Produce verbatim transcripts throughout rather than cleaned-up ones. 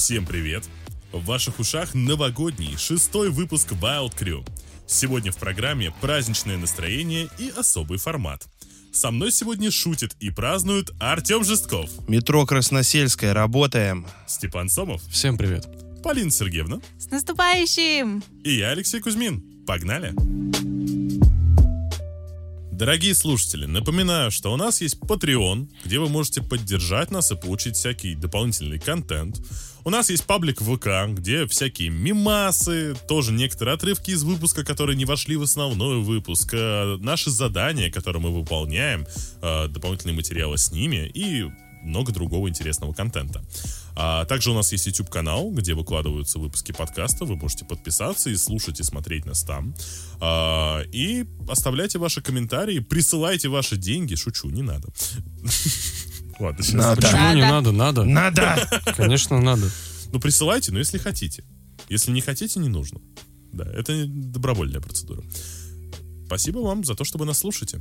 Всем привет! В ваших ушах новогодний шестой выпуск Wild Crew. Сегодня в программе праздничное настроение и особый формат. Со мной сегодня шутит и празднует Артем Жестков. Метро Красносельская, работаем. Степан Сомов. Всем привет. Полина Сергеевна. С наступающим! И я, Алексей Кузьмин. Погнали! Дорогие слушатели, напоминаю, что у нас есть Patreon, где вы можете поддержать нас и получить всякий дополнительный контент. У нас есть паблик ВК, где всякие мемасы, тоже некоторые отрывки из выпуска, которые не вошли в основной выпуск, э, наши задания, которые мы выполняем, э, дополнительные материалы с ними и много другого интересного контента. А также у нас есть YouTube-канал, где выкладываются выпуски подкаста. Вы можете подписаться и слушать, и смотреть нас там. А, и оставляйте ваши комментарии, присылайте ваши деньги. Шучу, не надо. Ладно, сейчас. Надо. Почему не надо? Надо. Надо! Конечно, надо. Ну, присылайте, но если хотите. Если не хотите, не нужно. Да, это добровольная процедура. Спасибо вам за то, что вы нас слушаете.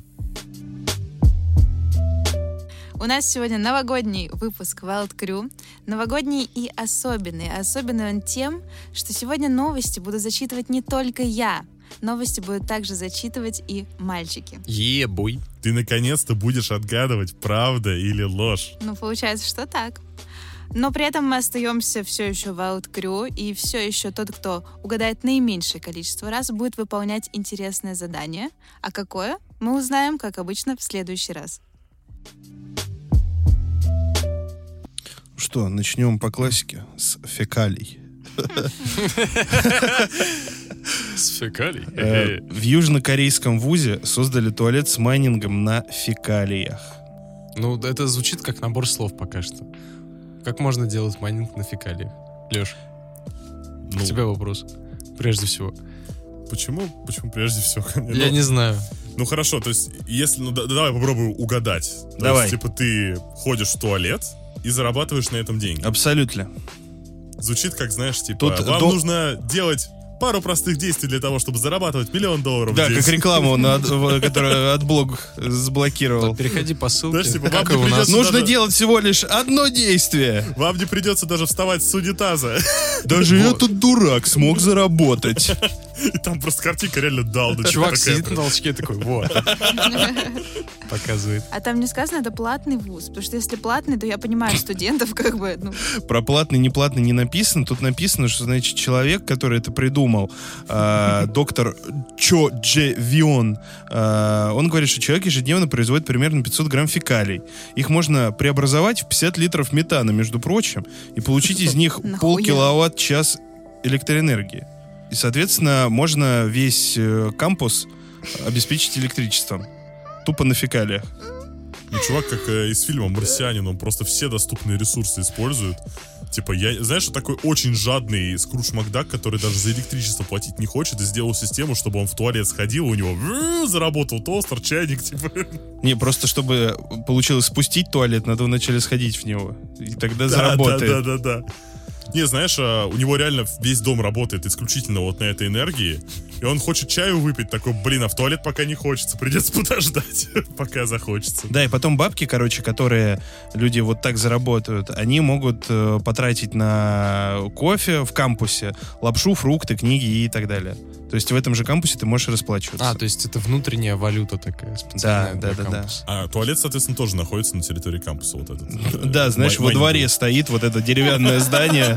У нас сегодня новогодний выпуск Wild Crew. Новогодний и особенный. Особенный он тем, что сегодня новости буду зачитывать не только я. Новости будут также зачитывать и мальчики. Е-бой. Ты наконец-то будешь отгадывать, правда или ложь. Ну, получается, что так. Но при этом мы остаемся все еще Wild Crew, и все еще тот, кто угадает наименьшее количество раз, будет выполнять интересное задание. А какое? Мы узнаем, как обычно, в следующий раз. Что, начнем по классике с фекалий. С фекалий? Э, В южнокорейском вузе создали туалет с майнингом на фекалиях. Ну, это звучит как набор слов пока что. Как можно делать майнинг на фекалиях? Леш, Ну, к тебе вопрос. Прежде всего. Почему? Почему прежде всего? Я не знаю. Ну хорошо, то есть, если, ну да, давай попробую угадать. То Давай. есть, типа, ты ходишь в туалет и зарабатываешь на этом деньги. Абсолютно. Звучит как, знаешь, типа, Тут вам до- нужно делать пару простых действий для того, чтобы зарабатывать миллион долларов Да, в день. как рекламу, на- в- которую отблог заблокировал. Так, переходи по ссылке. Знаешь, типа, Как вам и не у нас. придется- Нужно даже- делать всего лишь одно действие. Вам не придется даже вставать с унитаза. Даже этот дурак смог заработать. И там просто картинка реально дал. Чувак сидит на толчке такой, вот. Показывает. А там не сказано, это платный вуз. Потому что если платный, то я понимаю студентов, как бы, ну, Про платный, не платный не написано. Тут написано, что, значит, человек, который это придумал, э, доктор Чо Дже Вион, э, он говорит, что человек ежедневно производит примерно пятьсот грамм фекалий. Их можно преобразовать в пятьдесят литров метана, между прочим, и получить из них Нахуя? полкиловатт-час электроэнергии. И, соответственно, можно весь э, кампус обеспечить электричеством. Тупо на фекалиях. Ну, чувак, как э, из фильма «Марсианин», он просто все доступные ресурсы использует. Типа, я, знаешь, такой очень жадный Скрудж Макдак, который даже за электричество платить не хочет, и сделал систему, чтобы он в туалет сходил, у него вру, заработал тостер, чайник, типа. Не, просто чтобы получилось спустить туалет, надо вначале сходить в него. И тогда Да, заработает. да, да, да, да. Не, знаешь, а, у него реально весь дом работает исключительно вот на этой энергии, и он хочет чаю выпить, такой, блин, а в туалет пока не хочется, придется подождать, пока захочется. Да, и потом бабки, короче, которые люди вот так заработают, они могут э, потратить на кофе в кампусе, лапшу, фрукты, книги и так далее. То есть в этом же кампусе ты можешь расплачиваться. А, то есть это внутренняя валюта такая специальная Да, для да, да, да. кампуса. А туалет, соответственно, тоже находится на территории кампуса, вот этот. э, Да, знаешь, май- во дворе майнинговый. стоит вот это деревянное здание.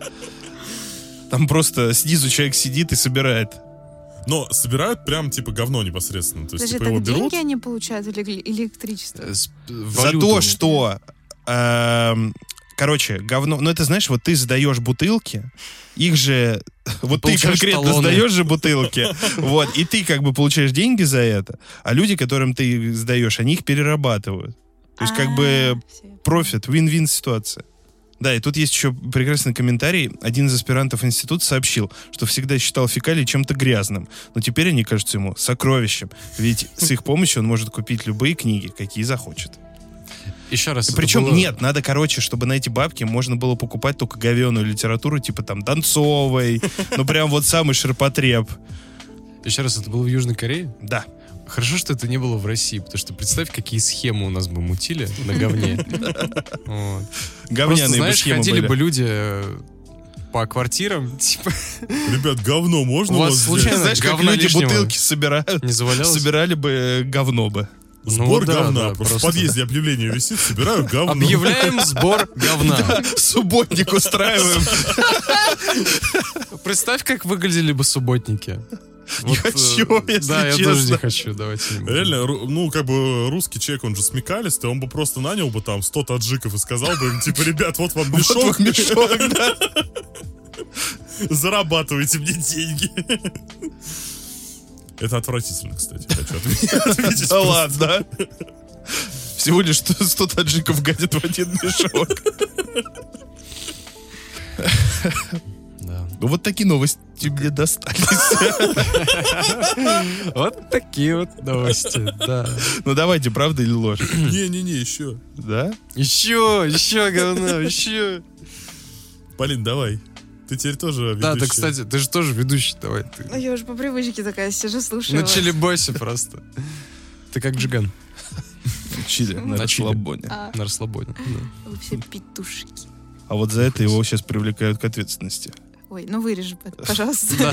Там просто снизу человек сидит и собирает. Но собирают прям, типа, говно непосредственно. То есть, даже типа, так его берут. деньги они получают или электричество? Э, с- За валюту. то, что... эм, короче, говно... Ну, это, знаешь, вот ты сдаешь бутылки, их же... Вот ты получаешь конкретно талоны. сдаешь же бутылки, вот, и ты как бы получаешь деньги за это, а люди, которым ты их сдаешь, они их перерабатывают. То есть как бы А, всё. профит, вин-вин ситуация. Да, и тут есть еще прекрасный комментарий. Один из аспирантов института сообщил, что всегда считал фекалии чем-то грязным, но теперь они кажутся ему сокровищем, ведь с их помощью он может купить любые книги, какие захочет. Еще раз. это Причем было- нет, надо, короче, чтобы на эти бабки можно было покупать только говёную литературу, типа там Донцовой, ну прям вот самый ширпотреб. Еще раз, это было в Южной Корее? Да. Хорошо, что это не было в России, потому что представь, какие схемы у нас бы мутили на говне. Вот. Говняные бы знаешь, схемы ходили были. бы люди э, по квартирам, типа, Ребят, говно можно У у вас вас случайно- взять? Знаешь, как говна люди лишнего бутылки собирают, не завалялось? собирали бы э, говно бы. Сбор Ну да, говна. да, просто, в просто подъезде объявление висит, собираю говно. Объявляем сбор говна. Субботник устраиваем. Представь, как выглядели бы субботники. Не хочу, э, если Да, я честно. тоже не хочу, давайте не будем. Реально, ру- ну, как бы русский человек, он же смекалистый, он бы просто нанял бы там сто таджиков и сказал бы им, типа, ребят, вот вам Вот мешок, вам мешок, да. зарабатывайте мне деньги. Это отвратительно, кстати, хочу отме- отметить. Да ладно. Всего лишь сто сто таджиков гадят в один мешок. Да. Ну вот такие новости мне достались. Вот такие вот новости, да. Ну давайте, правда или ложь? Не-не-не, еще. Да? Еще, еще говно, еще. Полин, давай. Ты теперь тоже Да, ты, ведущая. кстати, ты же тоже ведущий, давай. Ты Ну, я уже по привычке такая сижу, слушаю. на челебосе просто. Ты как Джиган Чили, на На чили. расслабоне. А, на расслабоне. Да. вы все петушки. А вот за это его сейчас привлекают к ответственности. Ой, ну вырежи, пожалуйста. Да.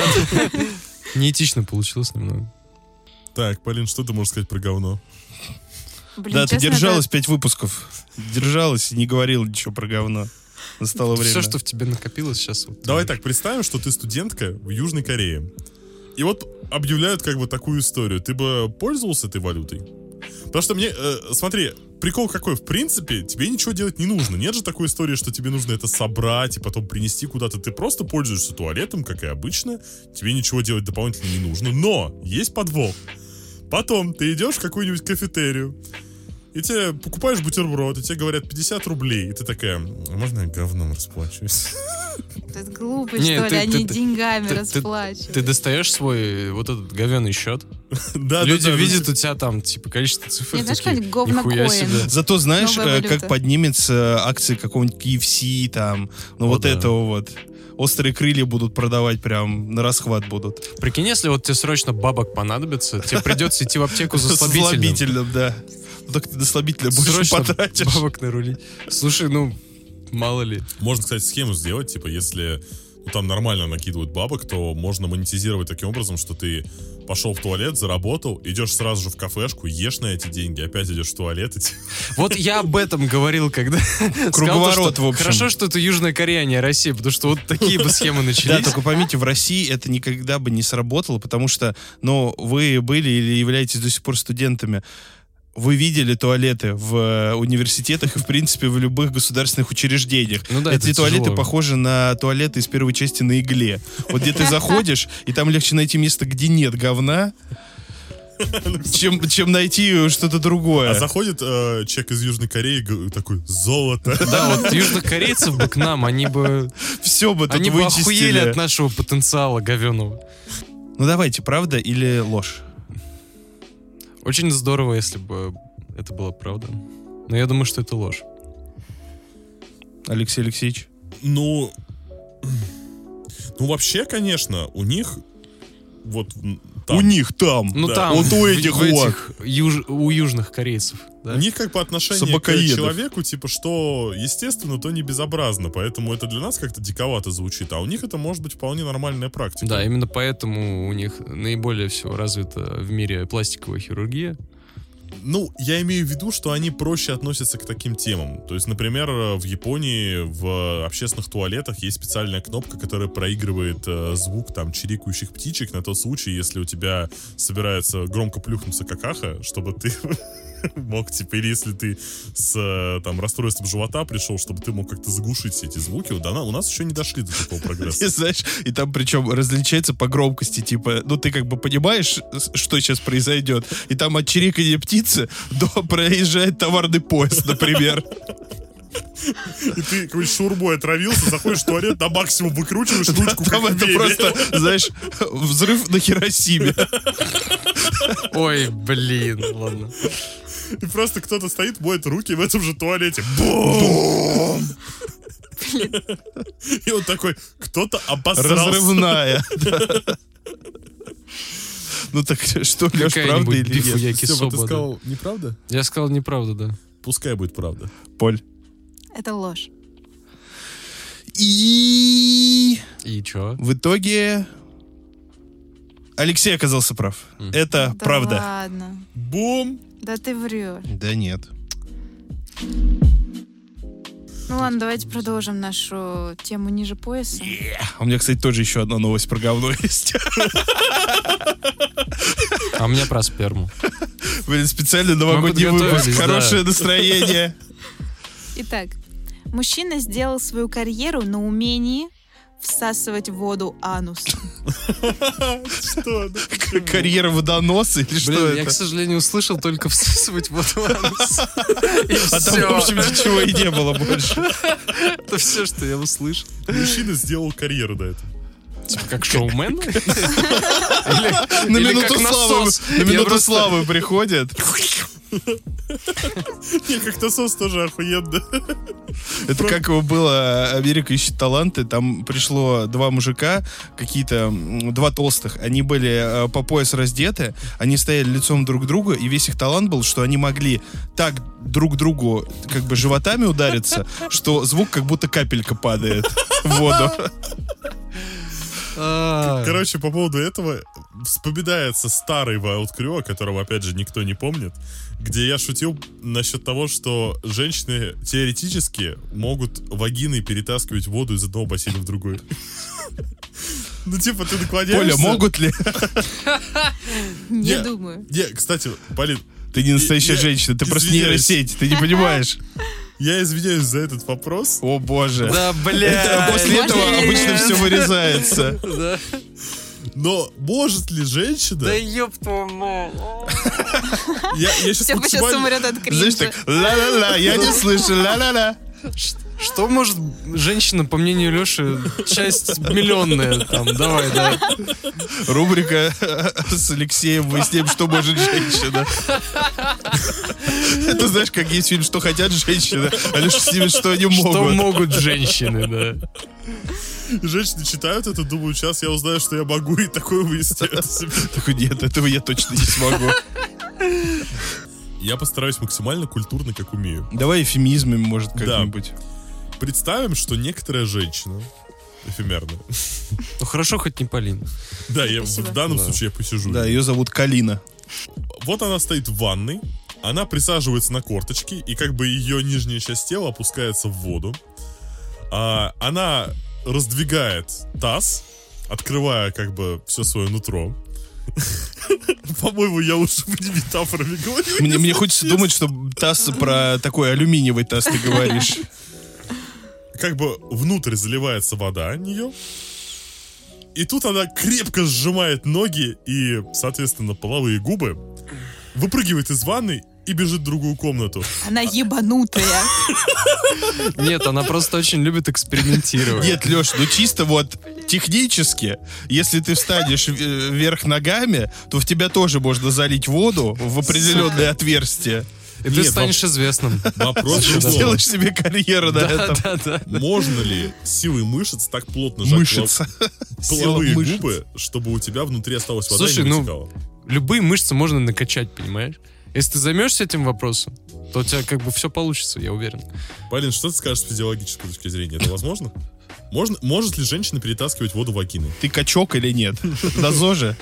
Неэтично получилось немного. Так, Полин, что ты можешь сказать про говно? Блин, Да, ты честно, держалась пять выпусков. Держалась и не говорила ничего про говно. Настало время. Все, что в тебе накопилось, сейчас вот. Давай так, представим, что ты студентка в Южной Корее. И вот объявляют как бы такую историю. Ты бы пользовался этой валютой? Потому что мне, э, смотри, прикол какой, в принципе, тебе ничего делать не нужно. Нет же такой истории, что тебе нужно это собрать и потом принести куда-то. Ты просто пользуешься туалетом, как и обычно. Тебе ничего делать дополнительно не нужно. Но есть подвох. Потом ты идешь в какую-нибудь кафетерию, и тебе покупаешь бутерброд, и тебе говорят пятьдесят рублей. И ты такая, «А можно я говном расплачусь?» Это глупо, Не, что ты- ли, ты- они ты- деньгами ты- ты- расплачивают. Ты достаешь свой вот этот говёный счет. Да, Люди да, да, видят у тебя там, типа, количество цифр. Не, знаешь, такие, как нихуя говнокоин. себе. Зато знаешь, Новая э, как валюта. поднимется акции какого-нибудь кей эф си, там, ну О, вот да. этого вот. Острые крылья будут продавать прям на расхват будут. Прикинь, если вот тебе срочно бабок понадобится, тебе придется идти в аптеку за С слабительным. слабительным, да. Ну так ты до слабителя больше Срочно потратишь. бабок нарулить. Слушай, ну, мало ли. Можно, кстати, схему сделать, типа, если ну, там нормально накидывают бабок, то можно монетизировать таким образом, что ты пошел в туалет, заработал, идешь сразу же в кафешку, ешь на эти деньги, опять идешь в туалет. И... те- Вот я об этом говорил, когда сказал, Круговорот, что в общем. Хорошо, что это Южная Корея, а не Россия, потому что вот такие бы схемы Да, начались. только поймите, в России это никогда бы не сработало, потому что, ну, вы были или являетесь до сих пор студентами. Вы видели туалеты в э, университетах и, в принципе, в любых государственных учреждениях. Ну да, Эти это туалеты тяжело. похожи на туалеты из первой части на игле. Вот где ты заходишь, и там легче найти место, где нет говна, чем, чем найти что-то другое. А заходит э, человек из Южной Кореи г- такой, золото. Да, вот южных корейцев бы к нам, они бы, Все бы тут они бы охуели вычистили. от нашего потенциала говеного. Ну давайте, правда или ложь? Очень здорово, если бы это была правда. Но я думаю, что это ложь. Алексей Алексеевич? Ну, ну вообще, конечно, у них вот м, там, У них там. Ну Да. там, Вот у в- этих в вот. этих юж- у южных корейцев. Да? у них как бы отношение к Собакоедов. человеку, типа, что естественно, то не безобразно. Поэтому это для нас как-то диковато звучит. А у них это может быть вполне нормальная практика. Да, именно поэтому у них наиболее всего развита в мире пластиковая хирургия. Ну, я имею в виду, что они проще относятся к таким темам. То есть, например, в Японии в общественных туалетах есть специальная кнопка, которая проигрывает э, звук там чирикающих птичек на тот случай, если у тебя собирается громко плюхнуться какаха, чтобы ты мог, типа, или если ты с э, там расстройством живота пришел, чтобы ты мог как-то заглушить все эти звуки. Вот она- у нас еще не дошли до такого И прогресса. знаешь, и там причем различается по громкости, типа, ну ты как бы понимаешь, с- что сейчас произойдет, и там от чириканья птицы до проезжает товарный поезд, например. И ты какой-нибудь шаурмой отравился, заходишь в туалет, на максимум выкручиваешь ручку, Там как это в Вене. просто, знаешь, взрыв на Хиросиме. Ой, блин, ладно. И просто кто-то стоит, моет руки в этом же туалете. Бум! И он такой, кто-то обосрался. Разрывная. Да. Ну так что, Леш, правда Какая-нибудь или нет? бифу-яки Степа, ты соба, да. сказал неправда? Я сказал неправду, да. Пускай будет правда. Поль, Это ложь. И И чё? в итоге Алексей оказался прав. Мгм. Это Да правда. ладно. Бум! Да ты врешь. Да нет. Ну ладно, давайте продолжим нашу тему ниже пояса. У меня, кстати, тоже еще одна новость про говно есть. А у меня про сперму. Блин, специально новогодний выпуск. подготовились, да. Хорошее настроение. Итак, мужчина сделал свою карьеру на умении всасывать воду анусом. Что? Да почему? Карьера водоноса или что Блин, я, это? к сожалению, услышал только всасывать воду в анус. И А там, всё. в общем, ничего и не было больше. Это все, что я услышал. Мужчина сделал карьеру на этом. Типа как шоумен? На Или минуту как славы, насос. на Я минуту просто- славы приходят. Не, как насос тоже охуенно. Это как его было «Америка ищет таланты». Там пришло два мужика, какие-то м, два толстых. Они были э, по пояс раздеты, они стояли лицом друг к другу, и весь их талант был, что они могли так друг другу как бы животами удариться, что звук как будто капелька падает в воду. А, Короче, по поводу этого вспоминается старый Wild Crew, которого, опять же, никто не помнит, где я шутил насчет того, что женщины теоретически могут вагиной перетаскивать воду из одного бассейна в другой. Ну, типа, ты наклоняешься... Поля, могут ли? Не Не. думаю. Не, кстати, Полин, Ты не настоящая Я- женщина, ты просто извиняюсь. нейросеть, ты не понимаешь. я извиняюсь за этот вопрос, О боже. Да, Это- бля. После Можно этого или обычно нет? все вырезается. Да. но может ли женщина... Да ёб твою мать. Я, я сейчас Степа сейчас максимально... умрет от Знаешь, кринжа. так, ла-ла-ла, я не слышу, ла-ла-ла. Что может женщина, по мнению Леши, часть миллионная там? Давай, да. Рубрика с Алексеем выясняем, что может женщина. Это знаешь, как есть фильм «Что хотят женщины», а Леша снимет, что они Что могут. могут женщины, да. Женщины читают это, думают, сейчас я узнаю, что я могу, и такое выясняют себе. Такой, нет, этого я точно не смогу. Я постараюсь максимально культурно, как умею. Давай эфемизмами, может, как-нибудь. Представим, что некоторая женщина, эфемерная, Ну хорошо, хоть не Полин. да, я, Спасибо. в данном Да. случае я посижу. Да, ее зовут Калина. Вот она стоит в ванной, она присаживается на корточки, и как бы ее нижняя часть тела опускается в воду. А, она раздвигает таз, открывая как бы все свое нутро. По-моему, я лучше бы не метафорами говорю. Мне, если мне хочется честно. думать, что таз про такой алюминиевый таз ты говоришь. Как бы внутрь заливается вода от нее. И тут она крепко сжимает ноги и, соответственно, половые губы, выпрыгивает из ванны и бежит в другую комнату. Она ебанутая. Нет, она просто очень любит экспериментировать. Нет, Леш, ну чисто вот технически, если ты встанешь в- вверх ногами, то в тебя тоже можно залить воду в определенное отверстие. И ты Нет, станешь известным. Вопрос в другом. Сделаешь себе карьеру на Да, этом. да, да. Можно ли силой мышц так плотно сжать Мышица. поло- Сила половые мышц. губы, чтобы у тебя внутри осталась вода Слушай, и не ну- вытекала? Любые мышцы можно накачать, понимаешь? Если ты займешься этим вопросом, то у тебя как бы все получится, я уверен. Полин, что ты скажешь с физиологической точки зрения? Это возможно? Можно, может ли женщина перетаскивать воду вагиной? Ты качок или нет? На ЗОЖе?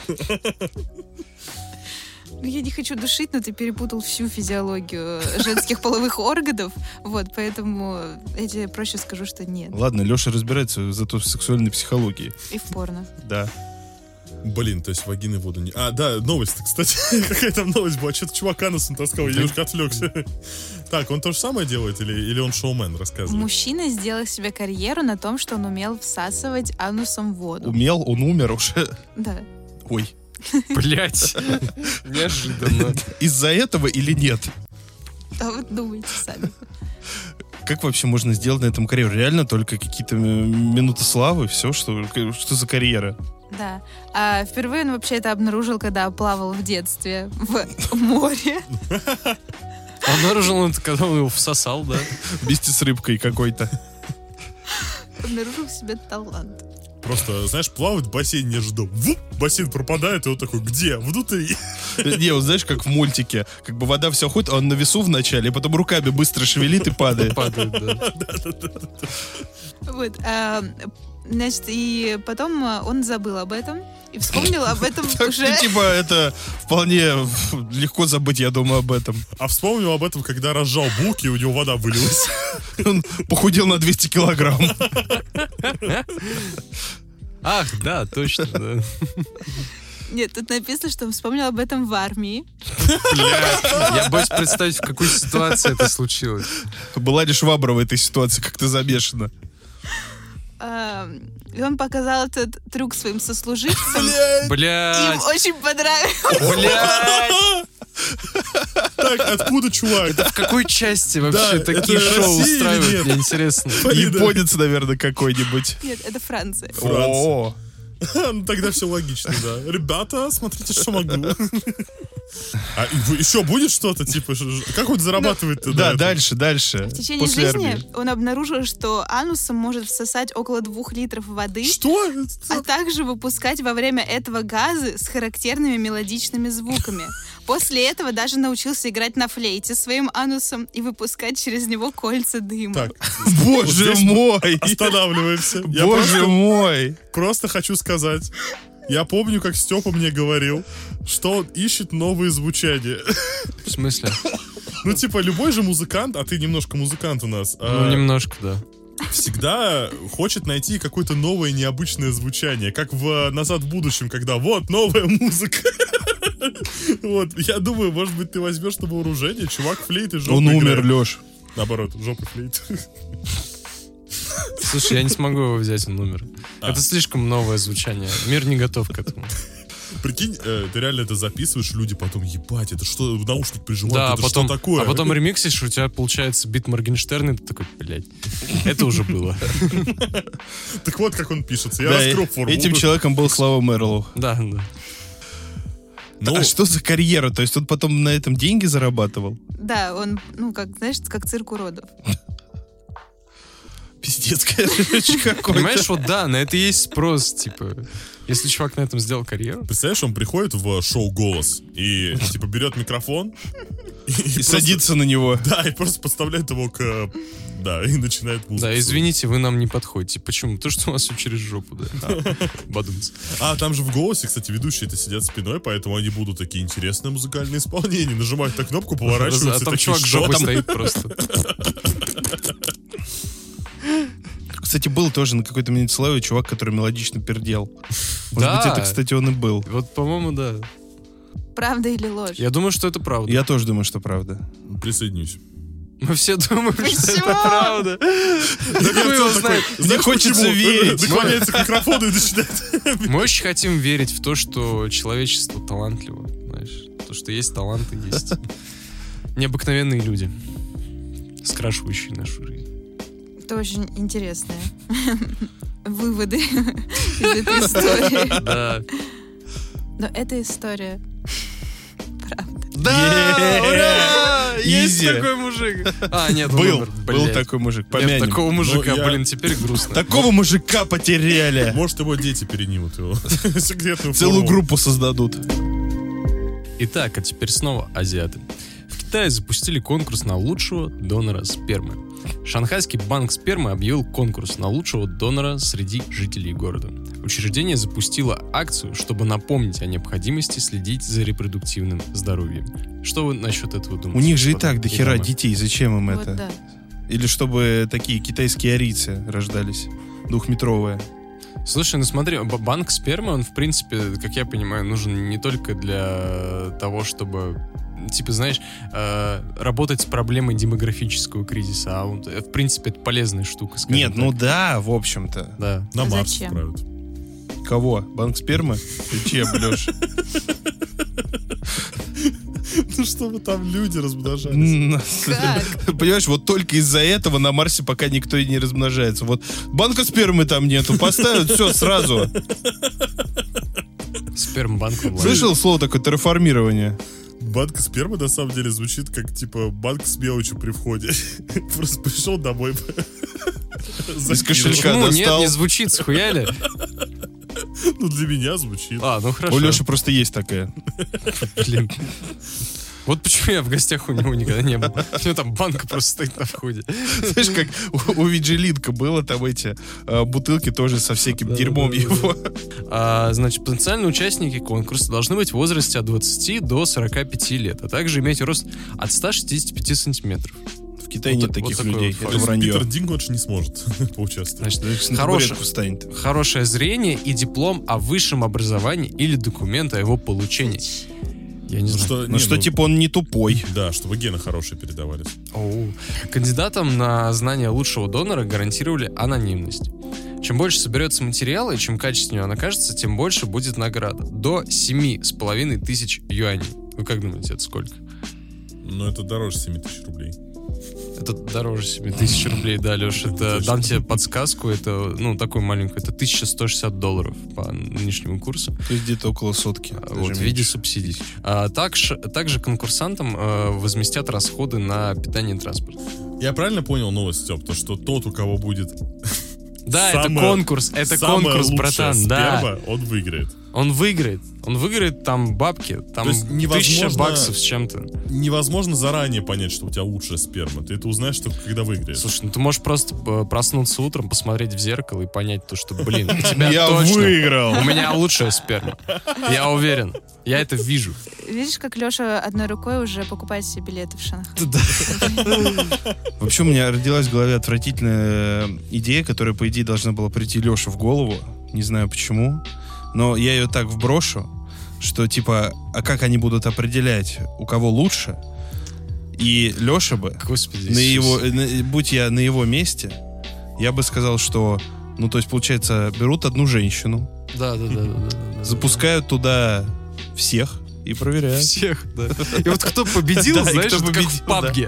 Ну, я не хочу душить, но ты перепутал всю физиологию женских половых органов. Вот, поэтому я тебе проще скажу, что нет. Ладно, Леша разбирается зато в сексуальной психологии. И в порно. Да. Блин, то есть вагины воду не... А, да, новость, кстати. Какая там новость была? Что-то чувака нас таскал, я немножко отвлекся. Так, он то же самое делает или, или он шоумен, рассказывает? Мужчина сделал себе карьеру на том, что он умел всасывать анусом воду. Умел, он умер уже. Да. Ой. Блять. Неожиданно. Из-за этого или нет? А вот думайте сами. Как вообще можно сделать на этом карьеру? Реально только какие-то м, минуты славы? Все? Что, что за карьера? Да. А впервые он вообще это обнаружил, когда плавал в детстве в море. Обнаружил он это, когда он его всосал, да? Вместе с рыбкой какой-то. Обнаружил в себе талант. просто, знаешь, плавает в бассейне, не жду. Вуп, бассейн пропадает, и он такой, где? Внутри. Не, вот знаешь, как в мультике. Как бы вода вся ходит, а он на весу вначале, а потом руками быстро шевелит и падает. Падает, да. Вот, а, значит, и потом а, он забыл об этом и вспомнил об этом Так, уже... ну, типа, это вполне легко забыть, я думаю, об этом. А вспомнил об этом, когда разжал булки, и у него вода вылилась. Он похудел на двести килограмм. Ах, да, точно, да. Нет, тут написано, что он вспомнил об этом в армии. Бля, я боюсь представить, в какой ситуации это случилось. Была ли Швабра в этой ситуации как-то замешана? А, и он показал этот трюк своим сослуживцам. Бля, Им очень понравилось. бля. Так, откуда, чувак? В какой части вообще Да, такие это шоу Россия или устраивают? нет? Мне интересно. Японец, наверное, какой-нибудь. Нет, это Франция. О, Ну, тогда все логично, да. Ребята, смотрите, что могу. А и- еще будет что-то, типа, ш- ш- как он зарабатывает-то? да, на этом? дальше, дальше. В течение После жизни армии. он обнаружил, что анусом может всосать около двух литров воды, Что? а также выпускать во время этого газы с характерными мелодичными звуками. После этого даже научился играть на флейте своим анусом и выпускать через него кольца дыма. Так, Боже вот здесь мой! останавливаемся. Я Боже просто, мой! просто хочу сказать. Я помню, как Степа мне говорил, что он ищет новые звучания. В смысле? Ну, типа, любой же музыкант, а ты немножко музыкант у нас, Ну, а, немножко, да. всегда хочет найти какое-то новое необычное звучание. Как в «Назад в будущем», когда вот новая музыка. Вот, я думаю, может быть, ты возьмешь на вооружение, чувак флейты жопой Он умер, играет. Леш. Наоборот, жопы флейт. Слушай, я не смогу его взять, он умер. А. Это слишком новое звучание. Мир не готов к этому. Прикинь, э, ты реально это записываешь, люди потом, ебать, это что, в наушник прижимают, Да, это потом, что такое? а потом ремиксишь, у тебя получается бит Моргенштерна, и ты такой, блядь, это уже было. Так вот, как он пишется, я Да, раскрою и- формулу. этим человеком был Слава Мэрлоу. Да, да. Ну, А что за карьера? То есть он потом на этом деньги зарабатывал? Да, он, ну, как, знаешь, как цирк уродов. Пиздец, короче, какой-то. Понимаешь, вот да, на это есть спрос, типа, если чувак на этом сделал карьеру. представляешь, он приходит в шоу «Голос» и, типа, берет микрофон и, И просто- садится на него. Да, и просто подставляет его к... Да, и начинает музыку. Да, извините, вы нам не подходите. Почему? То, что у вас все через жопу, да. А, бадумц. А, там же в «Голосе», кстати, ведущие-то сидят спиной, поэтому они будут такие интересные музыкальные исполнения. Нажимают на кнопку, А поворачиваются, там такие, чувак что жопой там? стоит просто. Кстати, был тоже на какой-то Миницеллаве чувак, который мелодично пердел. Может Да. быть, это, кстати, он и был. Вот, по-моему, да. Правда или ложь? Я думаю, что это правда. Я тоже думаю, что правда. Присоединюсь. Мы все думаем, что Почему? это правда. Да хуй его знает. Не хочется верить. Наклоняется к микрофону и начинает... Мы очень хотим верить в то, что человечество талантливо. Знаешь, то, что есть таланты, есть необыкновенные люди, скрашивающие нашу жизнь. Это очень интересные выводы из этой истории. Да. Но эта история правда. Да! Ура! Есть Изи. такой мужик. А, нет, он Был, умер, был блядь. такой мужик, Нет помянем. такого мужика, Ну, я- блин, теперь грустно. Такого мужика потеряли. Может, его дети перенимут его. Секретную Целую формулу. группу создадут. Итак, а теперь снова азиаты. В Китае запустили конкурс на лучшего донора спермы. Шанхайский банк спермы объявил конкурс на лучшего донора среди жителей города. Учреждение запустило акцию, чтобы напомнить о необходимости следить за репродуктивным здоровьем. Что вы насчет этого думаете? У них же и господа так дохера дамы? детей. Зачем им Вот это? да. Или чтобы такие китайские арийцы рождались. Двухметровые. Слушай, ну смотри, б- банк спермы, он, в принципе, как я понимаю, нужен не только для того, чтобы, типа, знаешь, э, работать с проблемой демографического кризиса, а он, э, в принципе, это полезная штука, скажем Нет, так. ну да, в общем-то. Да. На А Марс зачем? отправят. Кого? Банк спермы? Ты чем, Леш? Ну, чтобы там люди размножались. М, Как? Понимаешь, вот только из-за этого на Марсе пока никто и не размножается. Вот банка спермы там нету, поставят все сразу. Спермбанк онлайн. Слышал слово такое терраформирование? Банк спермы, на самом деле, звучит как, типа, банк с мелочью при входе. Просто пришел домой. Из кошелька Почему? Нет, достал. не звучит, схуяли. Ну, для меня звучит. А, ну хорошо. У Леши просто есть такая. Блин. Вот почему я в гостях у него никогда не был. У него там банка просто стоит на входе. Знаешь, как у, у Виджилинка было там эти э, бутылки тоже со всяким Да, дерьмом да, да, его. А, значит, потенциальные участники конкурса должны быть в возрасте от двадцати до сорока пяти лет, а также иметь рост от ста шестидесяти пяти сантиметров. В Китае Вот нет так- таких вот такой людей, вот То это есть вранье. Питер Дингладж не сможет поучаствовать. Значит, На хороший, табуретку встанет. хорошее зрение и диплом о высшем образовании или документ о его получении. Я не Ну, знаю. что, Ну не, что, ну, типа, он не тупой. Да, чтобы гены хорошие передавались. Оу. Кандидатам на знание лучшего донора гарантировали анонимность. Чем больше соберется материала и чем качественнее он окажется, тем больше будет награда. До семи с половиной тысяч юаней. Вы как думаете, это сколько? Но это дороже семи тысяч рублей. Это дороже семи тысяч рублей, да, Леш. Это Точно. дам тебе подсказку, это, ну, такой маленький, это тысяча сто шестьдесят долларов по нынешнему курсу. То есть где-то около сотки. А, даже Вот, в виде меньше. субсидий. А, также, также конкурсантам э, возместят расходы на питание и транспорт. Я правильно понял новость, Степ? То, что тот, у кого будет Да, это самая- конкурс, это самая конкурс, лучшая братан, да. сперма, он выиграет. Он выиграет. Он выиграет там бабки, там То есть тысяча невозможно- баксов с чем-то. Невозможно заранее понять, что у тебя лучшая сперма. Ты это узнаешь только когда выиграешь. Слушай, ну ты можешь просто э, проснуться утром, посмотреть в зеркало и понять то, что, блин, у тебя Я точно, выиграл. у меня лучшая сперма. Я уверен. Я это вижу. Видишь, как Леша одной рукой уже покупает себе билеты в Шанхай? Вообще у меня родилась в голове отвратительная идея, которая, по идее, должна была прийти Леше в голову. Не знаю почему. Но я ее так вброшу, что типа, а как они будут определять, у кого лучше? И Леша бы, Господи на его, Иисусе. на- будь я на его месте, я бы сказал, что, ну, то есть, получается, берут одну женщину, Да, да, да, да, да, да. запускают туда всех и проверяют. Всех, да. И вот кто победил, Да, и знаешь, кто это как победил, в пабге.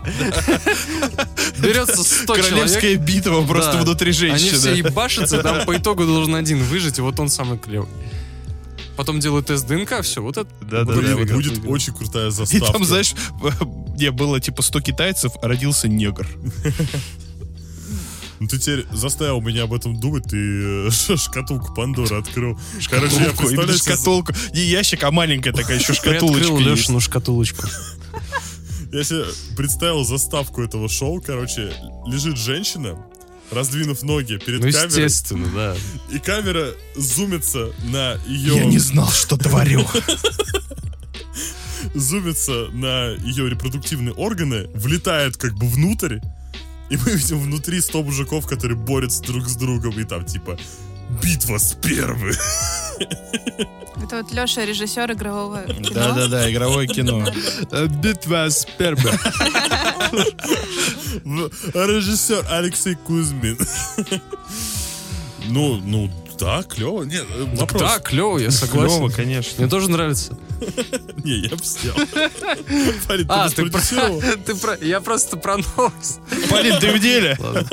Берется сто человек. Королевская битва просто Да. внутри Они женщины. все ебашатся, там по итогу должен один выжить, и вот он самый клевый. Потом делают тест ДНК, все, вот это... Да, да, вот да, это вот выиграл. Будет очень крутая И заставка. там, знаешь, не, было типа сто китайцев, а родился негр. Ну ты теперь заставил меня об этом думать, ты э, шкатулку Пандоры открыл. Короче, я Шкатулку, представляю именно себе- шкатулку. Не ящик, а маленькая такая еще Приоткрыл шкатулочка есть. Лешину шкатулочку. Я себе представил заставку этого шоу, короче, лежит женщина, раздвинув ноги перед Ну, камерой, естественно, да. и камера зумится на ее... Я не знал, что творю. зумится на ее репродуктивные органы, влетает как бы внутрь, и мы видим внутри сто мужиков, которые борются друг с другом, и там типа битва спермы. Это вот Леша, режиссер игрового кино. Да-да-да, игровое кино. Битва спермы. Режиссер Алексей Кузьмин. Ну, ну, да, клево. Нет, э, вопрос. Да, клево, я Клево, согласен. конечно. Мне тоже нравится. Не, я бы снял. Парень, ты А, ты про... распродюсировал? ты про... Я просто про новость. Полин, ты в деле? Ладно.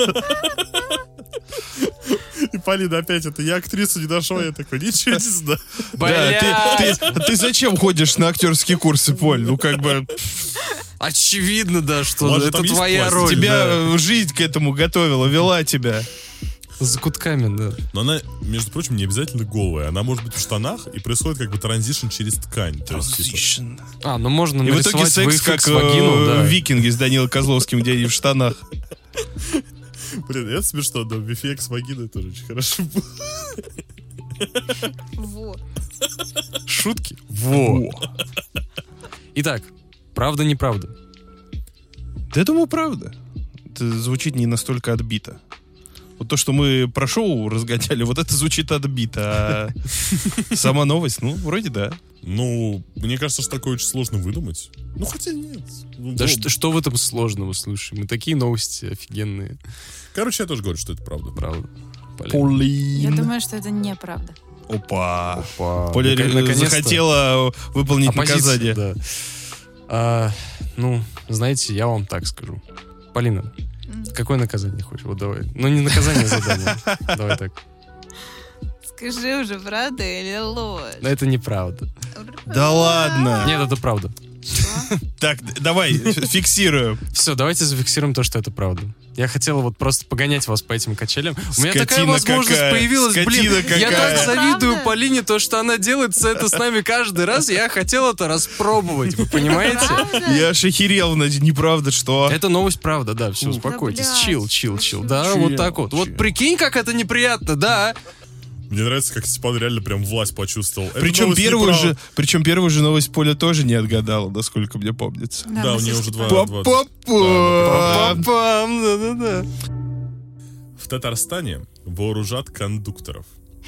И Полина опять, это я актрису не нашел, я такой, ничего не знаю. Да, Бля, ты, ты, ты зачем ходишь на актерские курсы, Поль? Ну, как бы, очевидно, да, что Может, это там есть твоя пластик? роль. тебя да. э, жизнь к этому готовила, вела тебя. За кутками, да. Но она, между прочим, не обязательно голая. Она может быть в штанах, и происходит как бы транзишн через ткань. То есть, типа, А, ну можно И в итоге нарисовать секс, как ви эф икс вагину, э, да. викинги с Данилой Козловским, где они в штанах. блин, это смешно, но ви эф икс вагина тоже очень хорошо было. Вот. Шутки? Во. Итак, правда-неправда. Да я думаю, правда. Это звучит не настолько отбито. Вот то, что мы про шоу разгоняли, вот это звучит отбито. А сама новость, ну, вроде да. Ну, мне кажется, что такое очень сложно выдумать. Ну, хотя нет. Ну, Да ну, что, что в этом сложного, слушай? Мы такие новости офигенные. Короче, я тоже говорю, что это правда. Правда. Полин. Я Полин. думаю, что это неправда. Опа. Опа. Поля Нака- ре- наконец-то. захотела выполнить Оппозиция, наказание. да. А, ну, знаете, я вам так скажу. Полина, М. какое наказание хочешь? Вот давай. Ну, не наказание, а задание. Давай так. Скажи уже, правда или ложь? Но это неправда. Да ладно. Нет, это правда. Что? Так, давай, фиксируем. Все, давайте зафиксируем то, что это правда. Я хотел вот просто погонять вас по этим качелям. У меня Скотина такая возможность какая, появилась, скотина блин. Я какая. так завидую Правда? Полине, то, что она делает это с нами каждый раз. Я хотел это распробовать, вы понимаете? Правда? Я аж охерел, Надя, неправда, что? Это новость правда, да, все, Да, успокойтесь. блядь. Чил, чил, чил. Да, Чил, вот так вот. чил. Вот прикинь, как это неприятно, да. Мне нравится, как Степан реально прям власть почувствовал. Эта Причем новость первую, неправда. же, причем первую же новость Поля тоже не отгадала, насколько мне помнится. Да, у мы нее со уже два... Степаном. два- Па-па-па. Пам, да-да-да. В Татарстане вооружат кондукторов.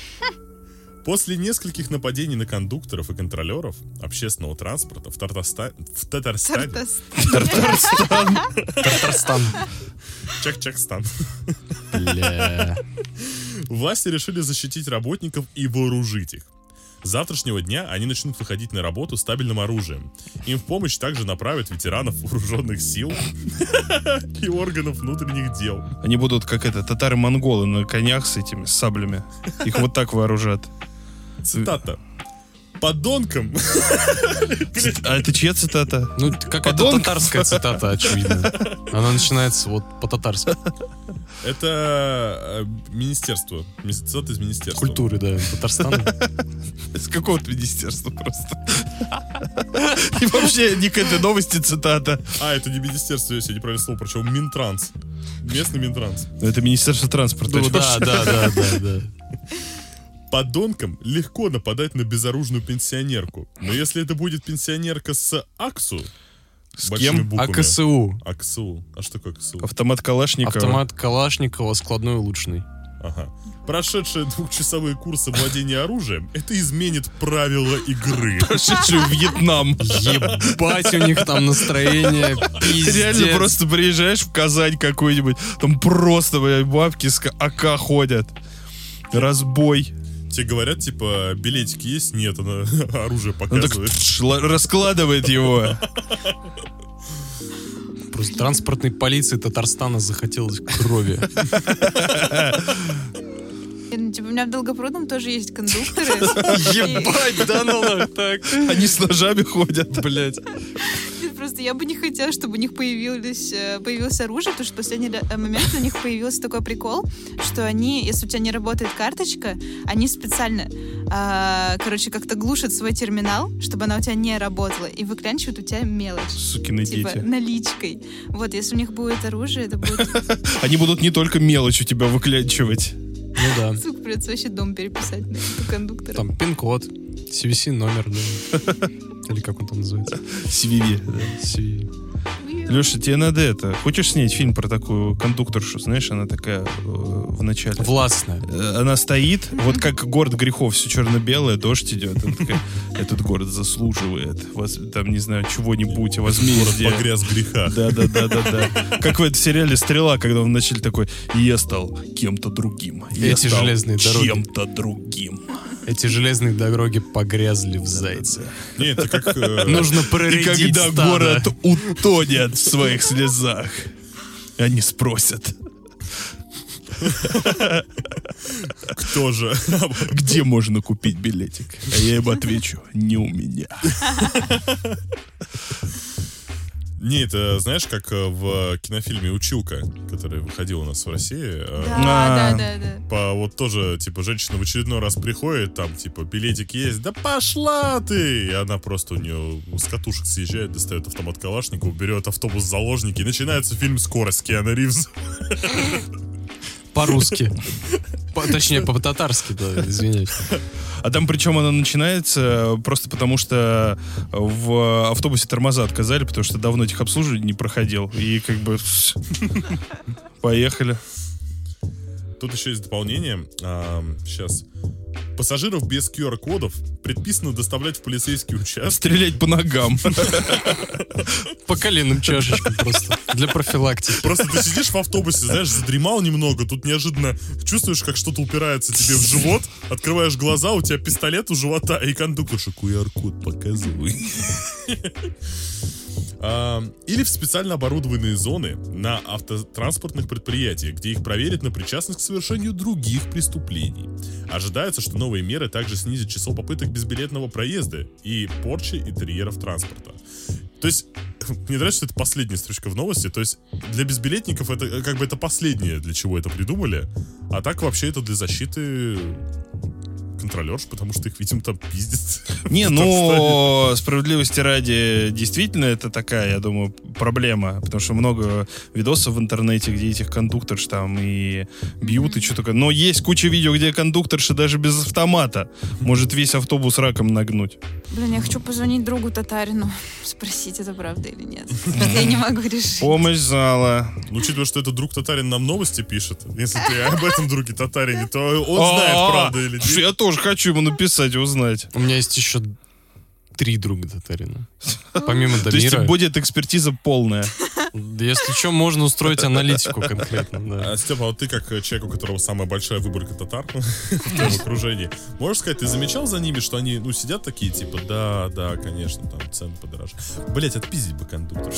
После нескольких нападений на кондукторов и контролеров общественного транспорта в, Тартаста- в Татарстане... Тартас. Татарстан. Чак-Чакстан. Бля. Власти решили защитить работников и вооружить их. С завтрашнего дня они начнут выходить на работу с табельным оружием. Им в помощь также направят ветеранов вооруженных сил и органов внутренних дел. Они будут, как это, татары-монголы на конях с этими, с саблями. Их вот так вооружат. Цитата. Подонкам. А это чья цитата? Ну, какая-то Подонков. татарская цитата, очевидно. Она начинается вот по-татарски. Это э, министерство. Ми- Цитата из министерства. Культуры, да, Татарстана. С какого-то министерства просто. И вообще не к этой новости цитата. А, это не министерство, если я неправильно слово прочел. Минтранс. Местный Минтранс. Это Министерство транспорта. Ну да, да, да, да, да. Подонкам легко нападать на безоружную пенсионерку. Но если это будет пенсионерка с АКСУ, С большими кем? буквами. АКСУ. АКСУ. А что такое АКСУ? Автомат Калашникова. Автомат Калашникова, складной улучшенный. Ага. Прошедшие двухчасовые курсы владения оружием, это изменит правила игры. Прошедший в Вьетнам. Ебать, у них там настроение, пиздец. Реально просто приезжаешь в Казань какую-нибудь, там просто, блядь, бабки с АК ходят. Разбой. Тебе говорят, типа, билетик есть? Нет, она оружие Он так показывает. шла- раскладывает его. Просто транспортной полиции Татарстана захотелось крови. Ну, типа, у меня в Долгопрудном тоже есть кондукторы. Ебать, да ну нах, так. Они с ножами ходят. Блять. И Просто я бы не хотела, чтобы у них появилось, э, появилось оружие, потому что в последний ля- момент у них появился такой прикол, что они, если у тебя не работает карточка, они специально, а, короче, как-то глушат свой терминал, чтобы она у тебя не работала, и выклянчивают у тебя мелочь. Сукины Типа дети. наличкой. Вот, если у них будет оружие, это будет... Они будут не только мелочь у тебя выклянчивать. Ну да. Сука, придется вообще дом переписать на эту кондуктора. Там пин-код, си ви си номер, да. Или как он там называется? си ви ви. си ви ви. Леша, тебе надо это. Хочешь снять фильм про такую кондукторшу, знаешь, она такая э, в начале. Властная. Э, Она стоит, вот как город грехов, все черно-белое, дождь идет. Она такая, этот город заслуживает, воз- там, не знаю, чего-нибудь, Город возмездия. погряз в грехах. Да, да, да, да, да. Как в этом сериале «Стрела», когда он вначале такой: я стал кем-то другим. Я Эти стал железные дороги. чем-то другим. Эти железные дороги погрязли в зайце. Не, это как... э, Нужно И проредить когда стадо. город утонет в своих слезах, они спросят: Кто же? где можно купить билетик? А я им отвечу: не у меня. Не, это знаешь, как э, в кинофильме «Училка», который выходил у нас в России. э, Да, А. да, да, да. По вот тоже, типа, женщина в очередной раз приходит, там, типа, билетик есть, да пошла ты! И она просто у нее с катушек съезжает, достает автомат Калашникова, берет автобус в заложники, и начинается фильм «Скорость» Киану Ривз. По-русски. По- точнее, по-татарски, да, извиняюсь. А там причем она начинается просто потому, что в автобусе тормоза отказали, потому что давно техобслуживание не проходил. И как бы поехали. Тут еще есть дополнение. А, сейчас. Пассажиров без ку ар-кодов предписано доставлять в полицейский участок. Стрелять по ногам. По коленным чашечкам просто. Для профилактики. Просто ты сидишь в автобусе, знаешь, задремал немного, тут неожиданно чувствуешь, как что-то упирается тебе в живот, открываешь глаза, у тебя пистолет у живота, и кондукторша: ку ар-код показывай. А, Или в специально оборудованные зоны на автотранспортных предприятиях, где их проверят на причастность к совершению других преступлений. Ожидается, что новые меры также снизят число попыток безбилетного проезда и порчи интерьеров транспорта. То есть, мне нравится, что это последняя строчка в новости. То есть, для безбилетников это как бы это последнее, для чего это придумали. А так вообще это для защиты контролерш, потому что их, видимо, там пиздец. Не, ну, справедливости ради, действительно, это такая, я думаю, проблема, потому что много видосов в интернете, где этих кондукторш там и бьют, и что такое. Но есть куча видео, где кондукторши даже без автомата может весь автобус раком нагнуть. Блин, я хочу позвонить другу татарину, спросить, это правда или нет. Я не могу решить. Помощь зала. Ну, учитывая, что этот друг татарин нам новости пишет, если ты об этом друге татарине, то он знает, правда или нет. Я тоже хочу ему написать и узнать. У меня есть еще три друга татарина. Помимо То есть Дамира. будет экспертиза полная. Если что, можно устроить аналитику конкретно. Да. А, Степа, а вот ты как человек, у которого самая большая выборка татар в твоем окружении, можешь сказать, ты замечал за ними, что они, ну, сидят такие, типа, да, да, конечно, там, цены подорожали. Блять, отпиздить бы кондукторш.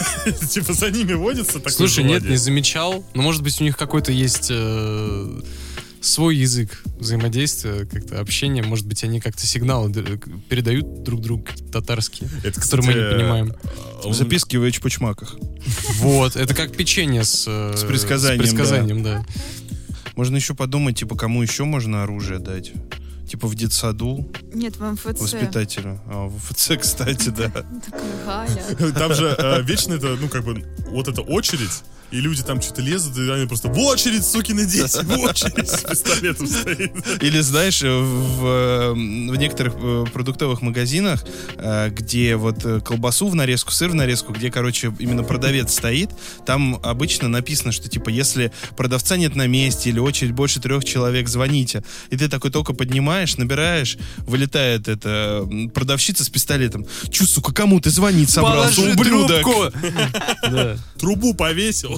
Типа, за ними водится такое Слушай, нет, желание? не замечал. Но, может быть, у них какой-то есть э, свой язык взаимодействия, как-то общения. Может быть, они как-то сигналы д- передают друг другу татарские, Это, которые мы не кстати, понимаем. он- Записки в эчпочмаках. Вот, это как печенье с, э, С предсказанием, с предсказанием, да. Можно еще подумать, типа, кому еще можно оружие дать? Типа в детсаду Нет, в МФЦ. воспитателю. А, в ФЦ, кстати, да. Такая Галя. Там же э, вечно это, ну, как бы, вот эта очередь, и люди там что-то лезут, и они просто в очередь, сукины дети, в очередь с пистолетом стоит. Или, знаешь, в, в некоторых э, продуктовых магазинах, э, где вот э, колбасу в нарезку, сыр в нарезку, где, короче, именно продавец стоит, там обычно написано, что, типа, если продавца нет на месте или очередь больше трех человек, звоните. И ты такой только поднимаешь, набираешь, вылетает эта м, продавщица с пистолетом. Чё, сука, кому ты звонить собрался, Положи ублюдок? трубку! Да. Трубу повесил.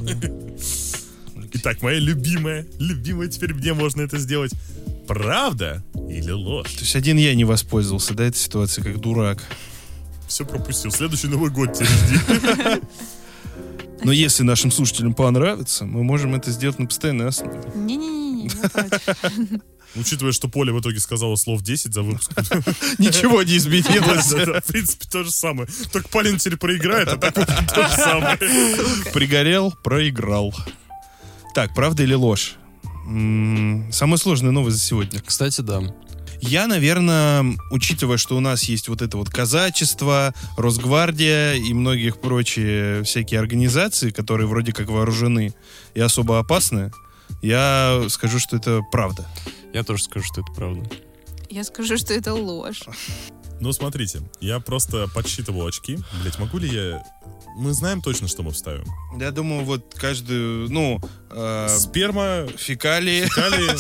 Итак, моя любимая, любимая, теперь мне можно это сделать. Правда или ложь? То есть один я не воспользовался, да, этой ситуации, как дурак. Все пропустил. Следующий Новый год тебе жди. Но если нашим слушателям понравится, мы можем это сделать на постоянной основе. Не-не-не, я против. Учитывая, что Поля в итоге сказала слов десять за выпуск. Ничего не изменилось. Да-да-да, в принципе, то же самое. Только Полина теперь проиграет, а так вот то же самое. Пригорел, проиграл. Так, правда или ложь? М, Самая сложная новость за сегодня. Кстати, да. Я, наверное, учитывая, что у нас есть вот это вот казачество, Росгвардия и многих прочие всякие организации, которые вроде как вооружены и особо опасны, я скажу, что это правда. Я тоже скажу, что это правда. Я скажу, что это ложь. Ну, смотрите, я просто подсчитывал очки. Блять, могу ли я... Мы знаем точно, что мы вставим. Я думаю, вот каждую, ну, э, Сперма, фекалии... фекалии...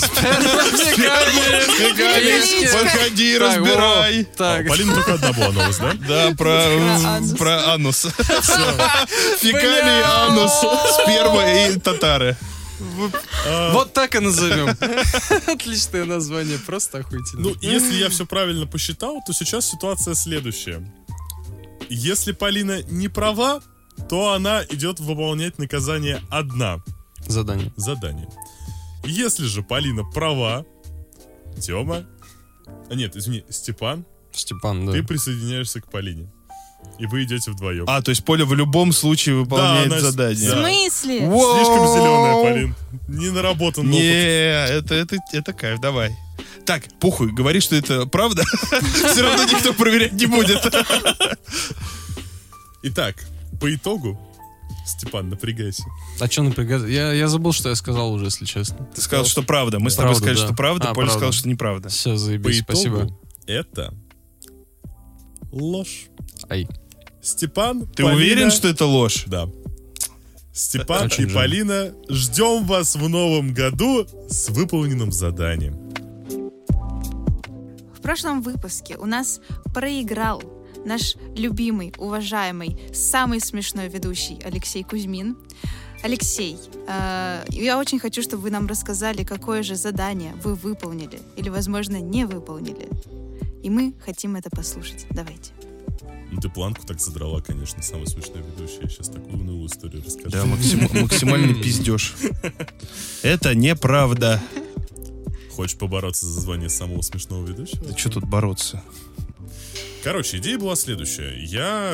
Фекалии, подходи, Так, разбирай. во, Так, А, Полина только одна была новость, да? Да, про, анус. про анус. Фекалии, анус, сперма и татары. вот так и назовем. Отличное название, просто охуительно. Ну, если я все правильно посчитал, то сейчас ситуация следующая. Если Полина не права, то она идет выполнять наказание одна. Задание. Задание. Если же Полина права, Тёма... А нет, извини, Степан, Степан, да. ты присоединяешься к Полине. И вы идете вдвоем. А, то есть Поля в любом случае выполняет она с- В задание. Да. смысле? Слишком зеленая, Полин. Не наработан Не, опыт. это, это, это кайф, давай. Так, похуй, говори, что это правда. Все равно никто проверять не будет. Итак, по итогу, Степан, напрягайся. А что напрягаться? Я, я забыл, что я сказал уже, если честно. Ты сказал, что правда. Мы с тобой Правда, сказали, да. что правда. А, Поля правда. сказал, что неправда. Все, По заебись, итогу, спасибо. это ложь. Ай. Степан, Ты Полина- уверен, что это ложь? Да. Степан Очень и жаль. Полина, ждем вас в новом году с выполненным заданием. В прошлом выпуске у нас проиграл наш любимый, уважаемый, самый смешной ведущий Алексей Кузьмин. Алексей, э, я очень хочу, чтобы вы нам рассказали, какое же задание вы выполнили или, возможно, не выполнили. И мы хотим это послушать. Давайте. Ну, ты планку так задрала, конечно, самый смешной ведущий. Я сейчас такую унылую историю расскажу. Да, максим- максимальный пиздеж. Это неправда. Хочешь побороться за звание самого смешного ведущего? Да что тут бороться? Короче, идея была следующая. Я